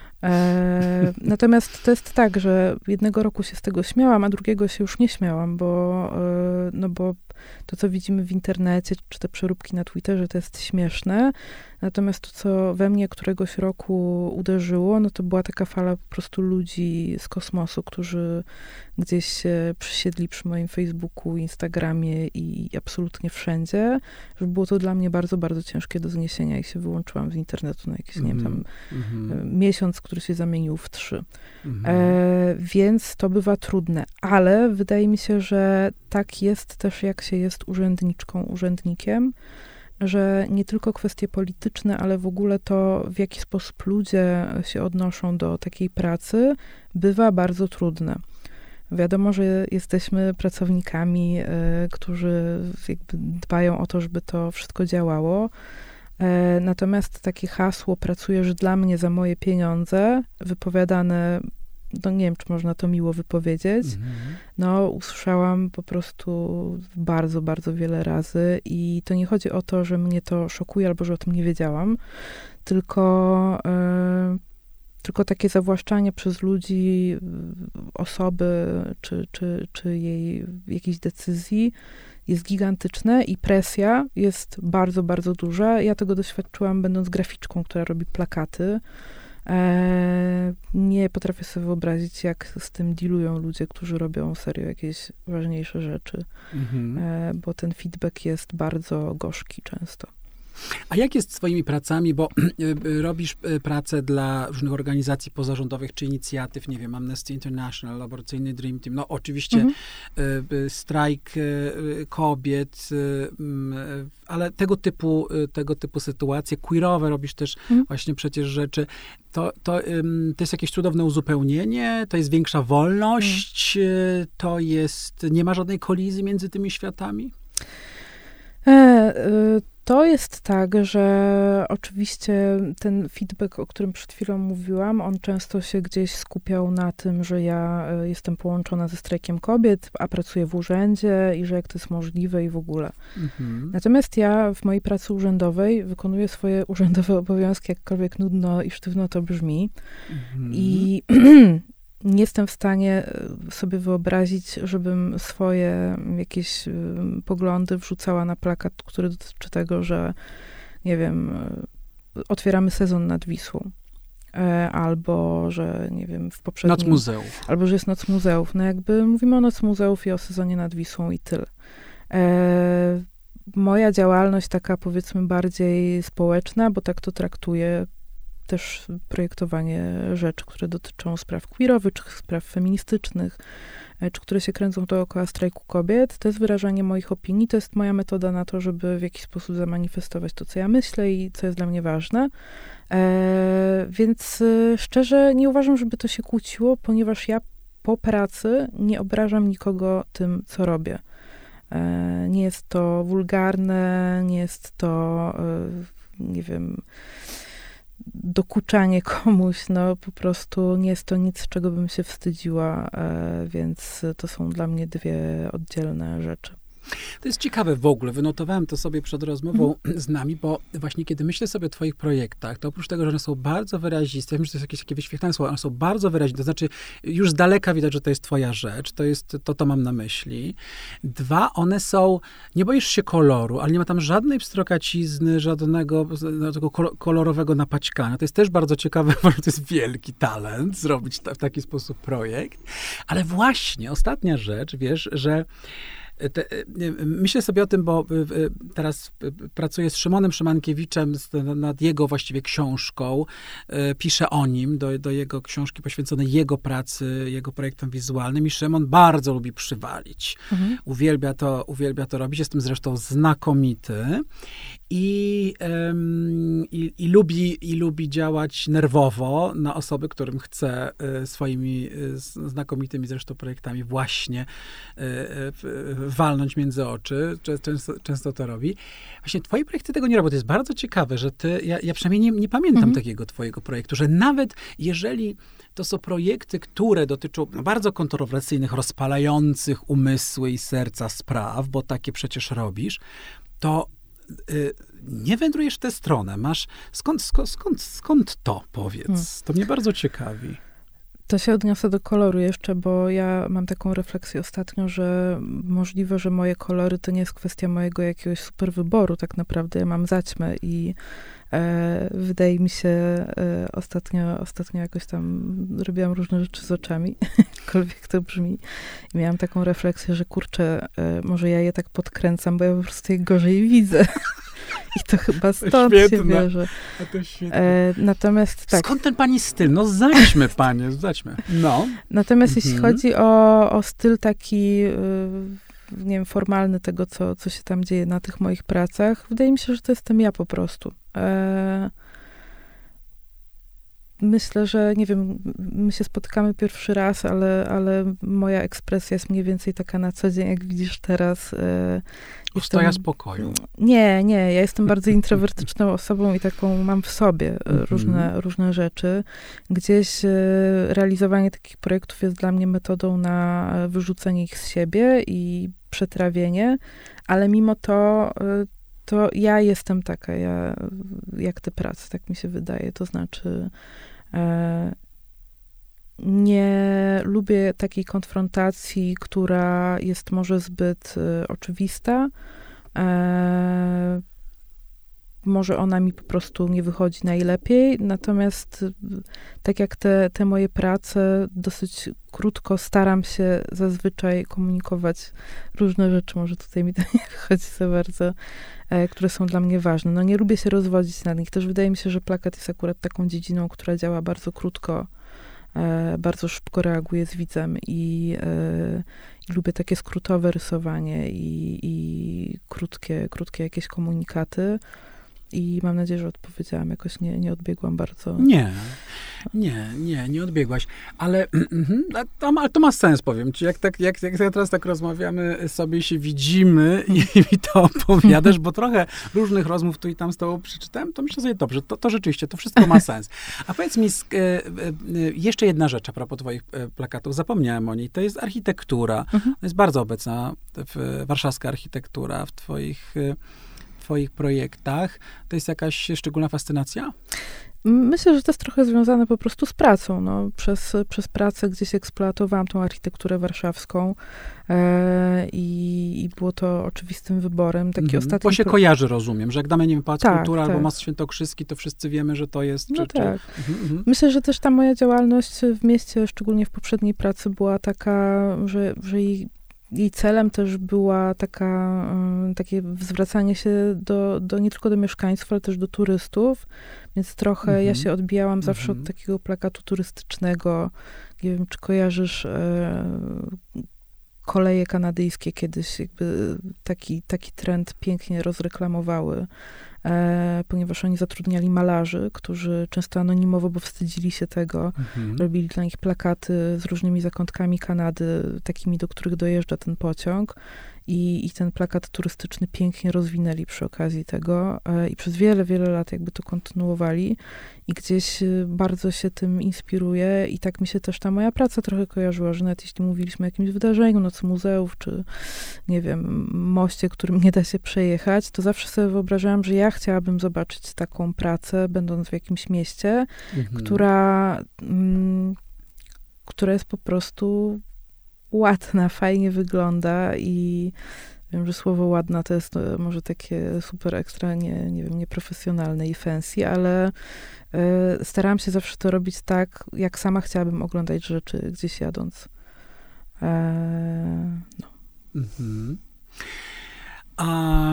E, natomiast to jest tak, że jednego roku się z tego śmiałam, a drugiego się już nie śmiałam, bo, e, no bo to, co widzimy w internecie, czy te przeróbki na Twitterze, to jest śmieszne. Natomiast to, co we mnie któregoś roku uderzyło, no to była taka fala po prostu ludzi z kosmosu, którzy gdzieś się przysiedli przy moim Facebooku, Instagramie i absolutnie wszędzie, że było to dla mnie bardzo, bardzo ciężkie do zniesienia i się wyłączyłam z internetu na jakiś, mm-hmm. nie wiem, tam mm-hmm. miesiąc, który się zamienił w trzy. Mm-hmm. E, więc to bywa trudne, ale wydaje mi się, że tak jest też, jak się jest urzędniczką, urzędnikiem, że nie tylko kwestie polityczne, ale w ogóle to, w jaki sposób ludzie się odnoszą do takiej pracy, bywa bardzo trudne. Wiadomo, że jesteśmy pracownikami, y, którzy jakby dbają o to, żeby to wszystko działało. E, natomiast takie hasło "pracujesz dla mnie za moje pieniądze", wypowiadane, no nie wiem, czy można to miło wypowiedzieć, mhm. no usłyszałam po prostu bardzo, bardzo wiele razy i to nie chodzi o to, że mnie to szokuje albo że o tym nie wiedziałam, tylko, y, tylko takie zawłaszczanie przez ludzi osoby czy, czy, czy jej jakiejś decyzji jest gigantyczne i presja jest bardzo, bardzo duża. Ja tego doświadczyłam, będąc graficzką, która robi plakaty. E, nie potrafię sobie wyobrazić, jak z tym dealują ludzie, którzy robią serio jakieś ważniejsze rzeczy, mhm. e, bo ten feedback jest bardzo gorzki często. A jak jest z twoimi pracami, bo robisz pracę dla różnych organizacji pozarządowych czy inicjatyw, nie wiem, Amnesty International, Aborcyjny Dream Team, no oczywiście mhm. strajk kobiet, ale tego typu, tego typu sytuacje, queerowe robisz też mhm. właśnie przecież rzeczy. To, to, to jest jakieś cudowne uzupełnienie, to jest większa wolność, mhm. to jest, nie ma żadnej kolizji między tymi światami? E, to jest tak, że oczywiście ten feedback, o którym przed chwilą mówiłam, on często się gdzieś skupiał na tym, że ja jestem połączona ze strajkiem kobiet, a pracuję w urzędzie i że jak to jest możliwe i w ogóle. Mhm. Natomiast ja w mojej pracy urzędowej wykonuję swoje urzędowe obowiązki, jakkolwiek nudno i sztywno to brzmi. Mhm. I nie jestem w stanie sobie wyobrazić, żebym swoje jakieś poglądy wrzucała na plakat, który dotyczy tego, że nie wiem, otwieramy sezon nad Wisłą. Albo, że nie wiem, w poprzednim... Noc muzeów. Albo, że jest Noc Muzeów. No jakby mówimy o Noc Muzeów i o sezonie nad Wisłą i tyle. E, moja działalność taka, powiedzmy, bardziej społeczna, bo tak to traktuję, też projektowanie rzeczy, które dotyczą spraw queerowych, czy spraw feministycznych, czy które się kręcą dookoła strajku kobiet. To jest wyrażanie moich opinii, to jest moja metoda na to, żeby w jakiś sposób zamanifestować to, co ja myślę i co jest dla mnie ważne. E, więc e, szczerze nie uważam, żeby to się kłóciło, ponieważ ja po pracy nie obrażam nikogo tym, co robię. E, nie jest to wulgarne, nie jest to, e, nie wiem... dokuczanie komuś, no po prostu nie jest to nic, czego bym się wstydziła, więc to są dla mnie dwie oddzielne rzeczy. To jest ciekawe w ogóle, wynotowałem to sobie przed rozmową mm. z nami, bo właśnie kiedy myślę sobie o twoich projektach, to oprócz tego, że one są bardzo wyraziste, ja myślę, że to jest jakieś takie wyświetlane słowa, one są bardzo wyraziste, to znaczy już z daleka widać, że to jest twoja rzecz, to jest, to, to mam na myśli. Dwa, one są, nie boisz się koloru, ale nie ma tam żadnej pstrokacizny, żadnego tego kolorowego napaćkania. To jest też bardzo ciekawe, bo to jest wielki talent, zrobić ta, w taki sposób projekt. Ale właśnie, ostatnia rzecz, wiesz, że Te, myślę sobie o tym, bo teraz pracuję z Szymonem Szymankiewiczem nad jego właściwie książką. Piszę o nim, do, do jego książki poświęconej jego pracy, jego projektom wizualnym i Szymon bardzo lubi przywalić. Mhm. Uwielbia to, uwielbia to robić. Jestem zresztą znakomity i, um, i, i, lubi, i lubi działać nerwowo na osoby, którym chce swoimi znakomitymi zresztą projektami właśnie walnąć między oczy. Często, często to robi. Właśnie twoje projekty tego nie robią. To jest bardzo ciekawe, że ty, ja, ja przynajmniej nie, nie pamiętam mhm. takiego twojego projektu, że nawet jeżeli to są projekty, które dotyczą bardzo kontrowersyjnych, rozpalających umysły i serca spraw, bo takie przecież robisz, to y, nie wędrujesz w tę stronę. Masz, skąd, skąd, skąd, skąd to, powiedz? Hmm. To mnie bardzo ciekawi. To się odniosę do koloru jeszcze, bo ja mam taką refleksję ostatnio, że możliwe, że moje kolory to nie jest kwestia mojego jakiegoś super wyboru, tak naprawdę ja mam zaćmę i e, wydaje mi się, e, ostatnio, ostatnio jakoś tam robiłam różne rzeczy z oczami, jakkolwiek to brzmi. I miałam taką refleksję, że kurczę, e, może ja je tak podkręcam, bo ja po prostu je gorzej widzę. I to chyba stąd świetne. się bierze. A to świetne. E, natomiast tak. Skąd ten pani styl? No zaćmy, panie, zaćmy. No. Natomiast mhm. jeśli chodzi o, o styl taki, y, nie wiem, formalny tego, co, co się tam dzieje na tych moich pracach, wydaje mi się, że to jestem ja po prostu. E, myślę, że, nie wiem, my się spotykamy pierwszy raz, ale, ale moja ekspresja jest mniej więcej taka na co dzień, jak widzisz teraz. E, Ustoja spokoju. Nie, nie. Ja jestem bardzo introwertyczną osobą i taką mam w sobie mm-hmm. różne, różne rzeczy. Gdzieś e, realizowanie takich projektów jest dla mnie metodą na wyrzucenie ich z siebie i przetrawienie, ale mimo to e, to ja jestem taka, ja, jak te prace, tak mi się wydaje. To znaczy e, nie lubię takiej konfrontacji, która jest może zbyt e, oczywista. E, może ona mi po prostu nie wychodzi najlepiej, natomiast tak jak te, te moje prace, dosyć krótko staram się zazwyczaj komunikować różne rzeczy, może tutaj mi to nie wychodzi za bardzo, e, które są dla mnie ważne. No nie lubię się rozwodzić na nich. Też wydaje mi się, że plakat jest akurat taką dziedziną, która działa bardzo krótko, e, bardzo szybko reaguje z widzem i, e, i lubię takie skrótowe rysowanie i, i krótkie, krótkie jakieś komunikaty. I mam nadzieję, że odpowiedziałam. Jakoś nie, nie odbiegłam bardzo. Nie, nie, nie, nie odbiegłaś. Ale, to, ale to ma sens, powiem ci. Jak, tak, jak, jak teraz tak rozmawiamy sobie, się widzimy i mi to opowiadasz, bo trochę różnych rozmów tu i tam z tobą przeczytałem, to myślę sobie, dobrze, to, to rzeczywiście, to wszystko ma sens. A powiedz mi, jeszcze jedna rzecz a propos twoich plakatów. Zapomniałem o niej. To jest architektura. Mhm. To jest bardzo obecna, w, warszawska architektura w twoich... twoich projektach. To jest jakaś szczególna fascynacja? Myślę, że to jest trochę związane po prostu z pracą. No, przez, przez pracę gdzieś eksploatowałam tą architekturę warszawską e, i, i było to oczywistym wyborem. Taki mm, ostatni bo się pro... kojarzy, rozumiem, że jak damy, nie wiem, Pałac tak, Kultury tak. albo Most Świętokrzyski, to wszyscy wiemy, że to jest... No czy, tak. Czy... Mm-hmm. Myślę, że też ta moja działalność w mieście, szczególnie w poprzedniej pracy, była taka, że, że jej Jej celem też była taka, takie zwracanie się do, do, nie tylko do mieszkańców, ale też do turystów, więc trochę mm-hmm. ja się odbijałam zawsze mm-hmm. od takiego plakatu turystycznego. Nie wiem, czy kojarzysz e, koleje kanadyjskie kiedyś, jakby taki, taki trend pięknie rozreklamowały, e, ponieważ oni zatrudniali malarzy, którzy często anonimowo, bo wstydzili się tego, mhm. robili dla nich plakaty z różnymi zakątkami Kanady, takimi, do których dojeżdża ten pociąg. I, I ten plakat turystyczny pięknie rozwinęli przy okazji tego e, i przez wiele, wiele lat jakby to kontynuowali i gdzieś bardzo się tym inspiruję i tak mi się też ta moja praca trochę kojarzyła, że nawet jeśli mówiliśmy o jakimś wydarzeniu, Nocy Muzeów, czy nie wiem, moście, którym nie da się przejechać, to zawsze sobie wyobrażałam, że ja chciałabym zobaczyć taką pracę, będąc w jakimś mieście, mhm. która, mm, która jest po prostu ładna, fajnie wygląda i wiem, że słowo ładna to jest może takie super ekstra, nie, nie wiem, nieprofesjonalne i fancy, ale y, starałam się zawsze to robić tak, jak sama chciałabym oglądać rzeczy gdzieś jadąc. E, no. Mhm. A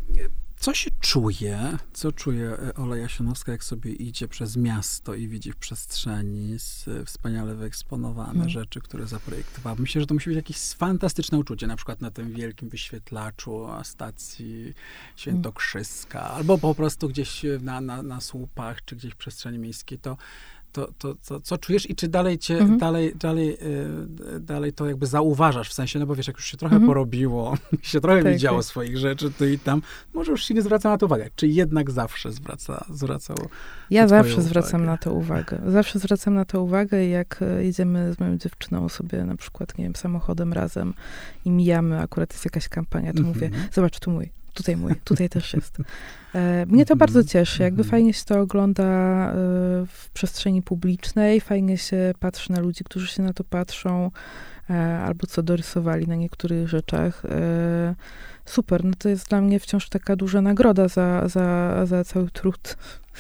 co się czuje, co czuje Ola Jasionowska, jak sobie idzie przez miasto i widzi w przestrzeni wspaniale wyeksponowane hmm. rzeczy, które zaprojektowała? Myślę, że to musi być jakieś fantastyczne uczucie, na przykład na tym wielkim wyświetlaczu stacji Świętokrzyska, hmm. albo po prostu gdzieś na, na, na słupach, czy gdzieś w przestrzeni miejskiej. To To, to, to, co czujesz i czy dalej cię, mhm. dalej, dalej, yy, dalej to jakby zauważasz, w sensie, no bo wiesz, jak już się trochę mhm. porobiło, się trochę tak, widziało tak. swoich rzeczy, to i tam, może już się nie zwraca na to uwagę. Czy jednak zawsze zwraca, zwracało Ja zawsze uwagę? zwracam na to uwagę. Zawsze zwracam na to uwagę i jak jedziemy z moją dziewczyną sobie na przykład, nie wiem, samochodem razem i mijamy, akurat jest jakaś kampania, to mhm. mówię, zobacz, tu mój. Tutaj mój, tutaj też jest. E, mnie to mm-hmm. bardzo cieszy. Jakby mm-hmm. fajnie się to ogląda e, w przestrzeni publicznej, fajnie się patrzy na ludzi, którzy się na to patrzą, e, albo co dorysowali na niektórych rzeczach. E, super, no to jest dla mnie wciąż taka duża nagroda za, za, za cały trud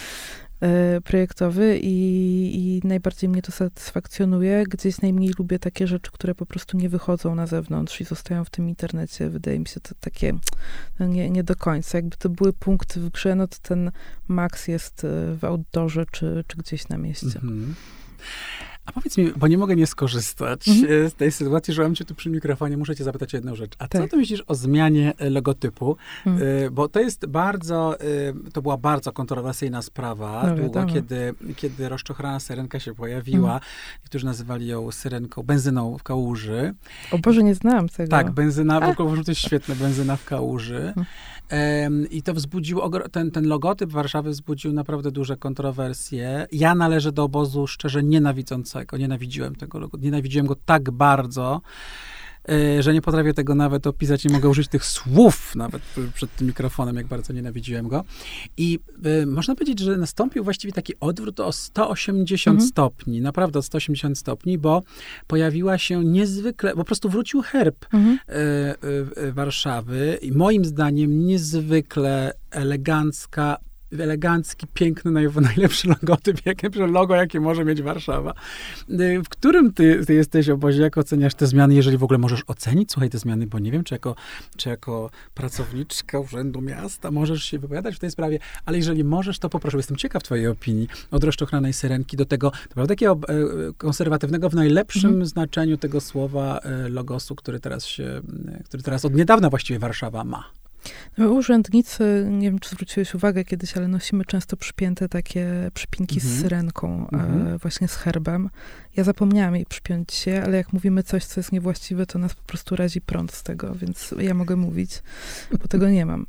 e, projektowy i, i najbardziej mnie to satysfakcjonuje. Gdzieś najmniej lubię takie rzeczy, które po prostu nie wychodzą na zewnątrz i zostają w tym internecie. Wydaje mi się to takie no nie, nie do końca. Jakby to były punkty w grze, no to ten maks jest w outdoorze czy, czy gdzieś na mieście. Mhm. A powiedz mi, bo nie mogę nie skorzystać mhm. z tej sytuacji, że mam cię tu przy mikrofonie, muszę cię zapytać o jedną rzecz. A tak. co ty myślisz o zmianie logotypu? Mhm. Y, bo to jest bardzo, y, to była bardzo kontrowersyjna sprawa no, długo, kiedy, kiedy rozczochrana syrenka się pojawiła. Mhm. Niektórzy nazywali ją syrenką, benzyną w kałuży. O Boże, nie znałam tego. Tak, benzyna, w ogóle to jest świetne, benzyna w kałuży. Mhm. Um, I to wzbudziło, ten, ten logotyp Warszawy wzbudził naprawdę duże kontrowersje. Ja należę do obozu szczerze nienawidzącego. Nienawidziłem tego logotypu. Nienawidziłem go tak bardzo, y, że nie potrafię tego nawet opisać. Nie mogę użyć tych słów nawet przed tym mikrofonem, jak bardzo nienawidziłem go. I y, można powiedzieć, że nastąpił właściwie taki odwrót o sto osiemdziesiąt mhm. stopni. Naprawdę o sto osiemdziesiąt stopni, bo pojawiła się niezwykle, po prostu wrócił herb mhm. y, y, y, Warszawy i moim zdaniem niezwykle elegancka, elegancki, piękny, naj, najlepszy logotyp, najlepsze logo, jakie może mieć Warszawa. W którym ty, ty jesteś obozie, jak oceniasz te zmiany, jeżeli w ogóle możesz ocenić, słuchaj, te zmiany, bo nie wiem, czy jako, czy jako pracowniczka Urzędu Miasta możesz się wypowiadać w tej sprawie, ale jeżeli możesz, to poproszę, jestem ciekaw twojej opinii od roszczochranej Syrenki do tego, naprawdę takiego e, konserwatywnego w najlepszym mm. znaczeniu tego słowa e, logosu, który teraz się, e, który teraz od niedawna właściwie Warszawa ma. No, urzędnicy, nie wiem, czy zwróciłeś uwagę kiedyś, ale nosimy często przypięte takie przypinki mm-hmm. z syrenką, mm-hmm. e, właśnie z herbem. Ja zapomniałam jej przypiąć się, ale jak mówimy coś, co jest niewłaściwe, to nas po prostu razi prąd z tego, więc ja mogę mówić, bo tego nie mam.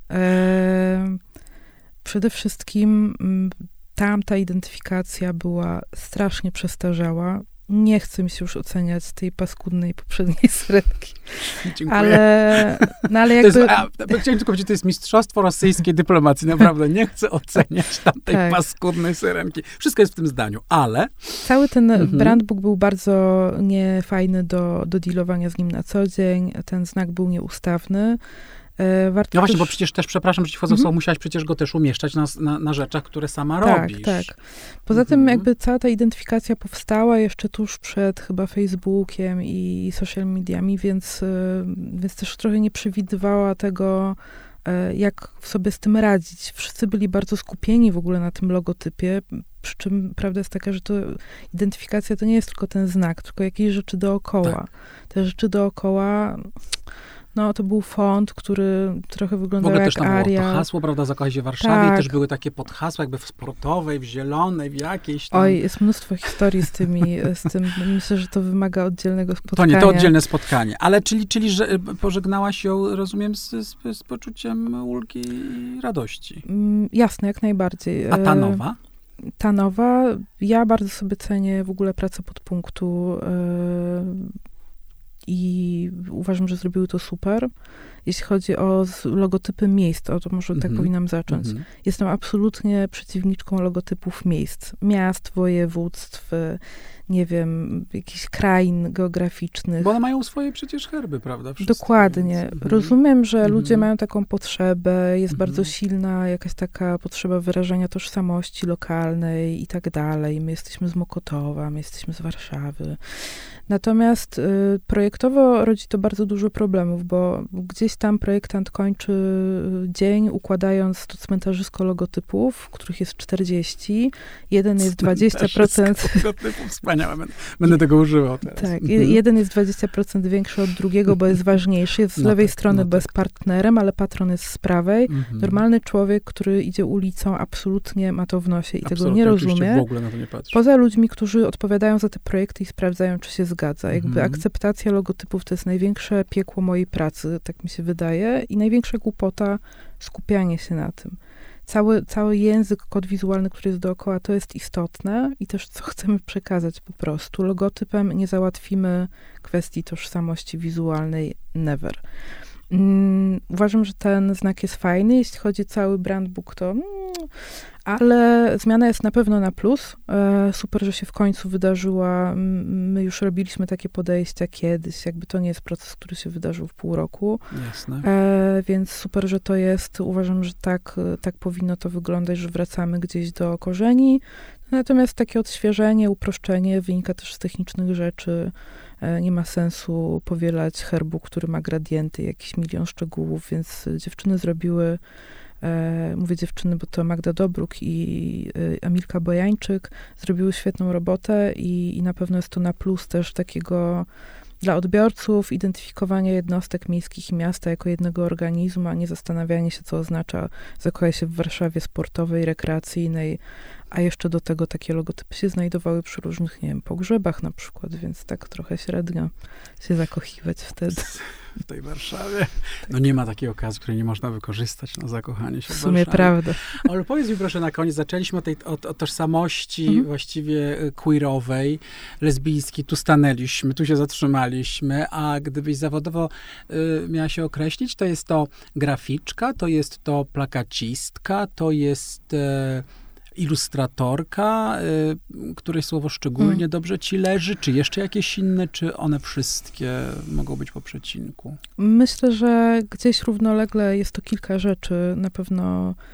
E, przede wszystkim m, tamta identyfikacja była strasznie przestarzała. Nie chcę mi się już oceniać tej paskudnej poprzedniej syrenki. Dziękuję. Ale, no ale jakby... To jest, a, chciałem tylko powiedzieć, to jest mistrzostwo rosyjskiej dyplomacji. Naprawdę nie chcę oceniać tamtej tak. paskudnej syrenki. Wszystko jest w tym zdaniu, ale... Cały ten mhm. brandbook był bardzo niefajny do, do dealowania z nim na co dzień. Ten znak był nieustawny. Warto no właśnie, też... bo przecież też, przepraszam, że ci wchodzę w słowo, musiałaś przecież go też umieszczać na, na, na rzeczach, które sama tak, robisz. Tak, tak. Poza mhm. tym jakby cała ta identyfikacja powstała jeszcze tuż przed chyba Facebookiem i social mediami, więc, więc też trochę nie przewidywała tego, jak sobie z tym radzić. Wszyscy byli bardzo skupieni w ogóle na tym logotypie, przy czym prawda jest taka, że to identyfikacja to nie jest tylko ten znak, tylko jakieś rzeczy dookoła. Tak. Te rzeczy dookoła... No, to był font, który trochę wyglądał jak Aria. W ogóle też tam było to hasło, prawda, Zakochaj się w Warszawie. Tak. Też były takie podhasła jakby w sportowej, w zielonej, w jakiejś tam... Oj, jest mnóstwo historii z tymi, z tym. Myślę, że to wymaga oddzielnego spotkania. To nie, to oddzielne spotkanie. Ale czyli, czyli że pożegnałaś ją, rozumiem, z, z, z poczuciem ulgi i radości. Mm, jasne, jak najbardziej. A ta nowa? Ta nowa, ja bardzo sobie cenię w ogóle pracę podpunktu. Yy, I uważam, że zrobiły to super. Jeśli chodzi o logotypy miejsc, o to może mm-hmm. tak powinnam zacząć. Mm-hmm. Jestem absolutnie przeciwniczką logotypów miejsc. Miast, województw, nie wiem, jakichś krain geograficznych. Bo one mają swoje przecież herby, prawda? Wszystkie, Dokładnie. Więc... Rozumiem, że mm-hmm. ludzie mają taką potrzebę, jest mm-hmm. bardzo silna jakaś taka potrzeba wyrażania tożsamości lokalnej i tak dalej. My jesteśmy z Mokotowa, my jesteśmy z Warszawy. Natomiast y, projektowo rodzi to bardzo dużo problemów, bo gdzieś tam projektant kończy dzień układając to cmentarzysko logotypów, których jest czterdzieści. Jeden jest dwadzieścia procent... logotypów, wspaniałe. Będę tego używał teraz. Tak. Mhm. Jeden jest dwadzieścia procent większy od drugiego, bo jest ważniejszy. Jest z no lewej tak, strony, no bo tak. jest partnerem, ale patron jest z prawej. Mhm. Normalny człowiek, który idzie ulicą, absolutnie ma to w nosie i absolutnie, tego nie rozumie. W ogóle na to nie patrzy. Poza ludźmi, którzy odpowiadają za te projekty i sprawdzają, czy się zgadza. Jakby mhm. akceptacja logotypów to jest największe piekło mojej pracy, tak mi się wydaje, i największa głupota skupianie się na tym. Cały, cały język, kod wizualny, który jest dookoła, to jest istotne i też co chcemy przekazać po prostu. Logotypem nie załatwimy kwestii tożsamości wizualnej never. Mm, uważam, że ten znak jest fajny. Jeśli chodzi o cały brandbook, to mm, ale zmiana jest na pewno na plus. E, super, że się w końcu wydarzyła. My już robiliśmy takie podejścia kiedyś. Jakby to nie jest proces, który się wydarzył w pół roku. Jasne. E, więc super, że to jest. Uważam, że tak, tak powinno to wyglądać, że wracamy gdzieś do korzeni. Natomiast takie odświeżenie, uproszczenie wynika też z technicznych rzeczy. E, nie ma sensu powielać herbu, który ma gradienty, jakiś milion szczegółów, więc dziewczyny zrobiły E, mówię dziewczyny, bo to Magda Dobruk i e, Emilka Bojańczyk zrobiły świetną robotę i, i na pewno jest to na plus też takiego dla odbiorców identyfikowania jednostek miejskich i miasta jako jednego organizmu, a nie zastanawianie się, co oznacza Zakochaj się w Warszawie sportowej, rekreacyjnej, a jeszcze do tego takie logotypy się znajdowały przy różnych, nie wiem, pogrzebach na przykład, więc tak trochę średnio się zakochiwać wtedy. W tej Warszawie. No nie ma takiej okazji, której nie można wykorzystać na zakochanie się w, w sumie Warszawie. Prawda. Ale powiedz mi proszę na koniec, zaczęliśmy od tej od, od tożsamości mhm. właściwie queerowej, lesbijskiej, tu stanęliśmy, tu się zatrzymaliśmy, a gdybyś zawodowo y, miała się określić, to jest to graficzka, to jest to plakacistka, to jest... Y, ilustratorka, y, której słowo szczególnie hmm. dobrze ci leży, czy jeszcze jakieś inne, czy one wszystkie mogą być po przecinku? Myślę, że gdzieś równolegle jest to kilka rzeczy. Na pewno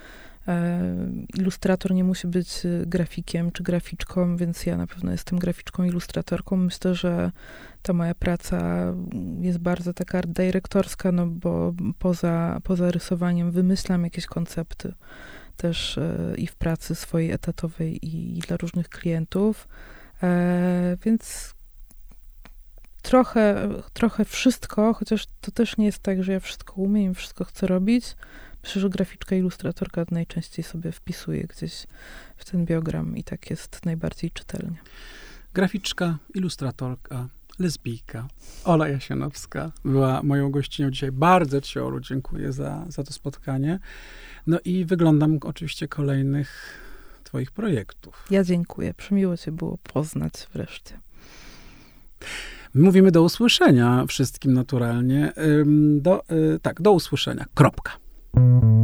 Ilustrator nie musi być grafikiem czy graficzką, więc ja na pewno jestem graficzką, ilustratorką. Myślę, że ta moja praca jest bardzo taka art dyrektorska, no bo poza, poza rysowaniem wymyślam jakieś koncepty też i w pracy swojej etatowej i, i dla różnych klientów. E, więc trochę, trochę wszystko, chociaż to też nie jest tak, że ja wszystko umiem i wszystko chcę robić. Myślę, że graficzka, ilustratorka najczęściej sobie wpisuje gdzieś w ten biogram i tak jest najbardziej czytelnie. Graficzka, ilustratorka, lesbijka, Ola Jasianowska była moją gościnią dzisiaj. Bardzo ci, Olu, dziękuję za, za to spotkanie. No i wyglądam oczywiście kolejnych twoich projektów. Ja dziękuję. Przemiło cię było poznać wreszcie. Mówimy do usłyszenia wszystkim naturalnie. Do, tak, do usłyszenia. Kropka.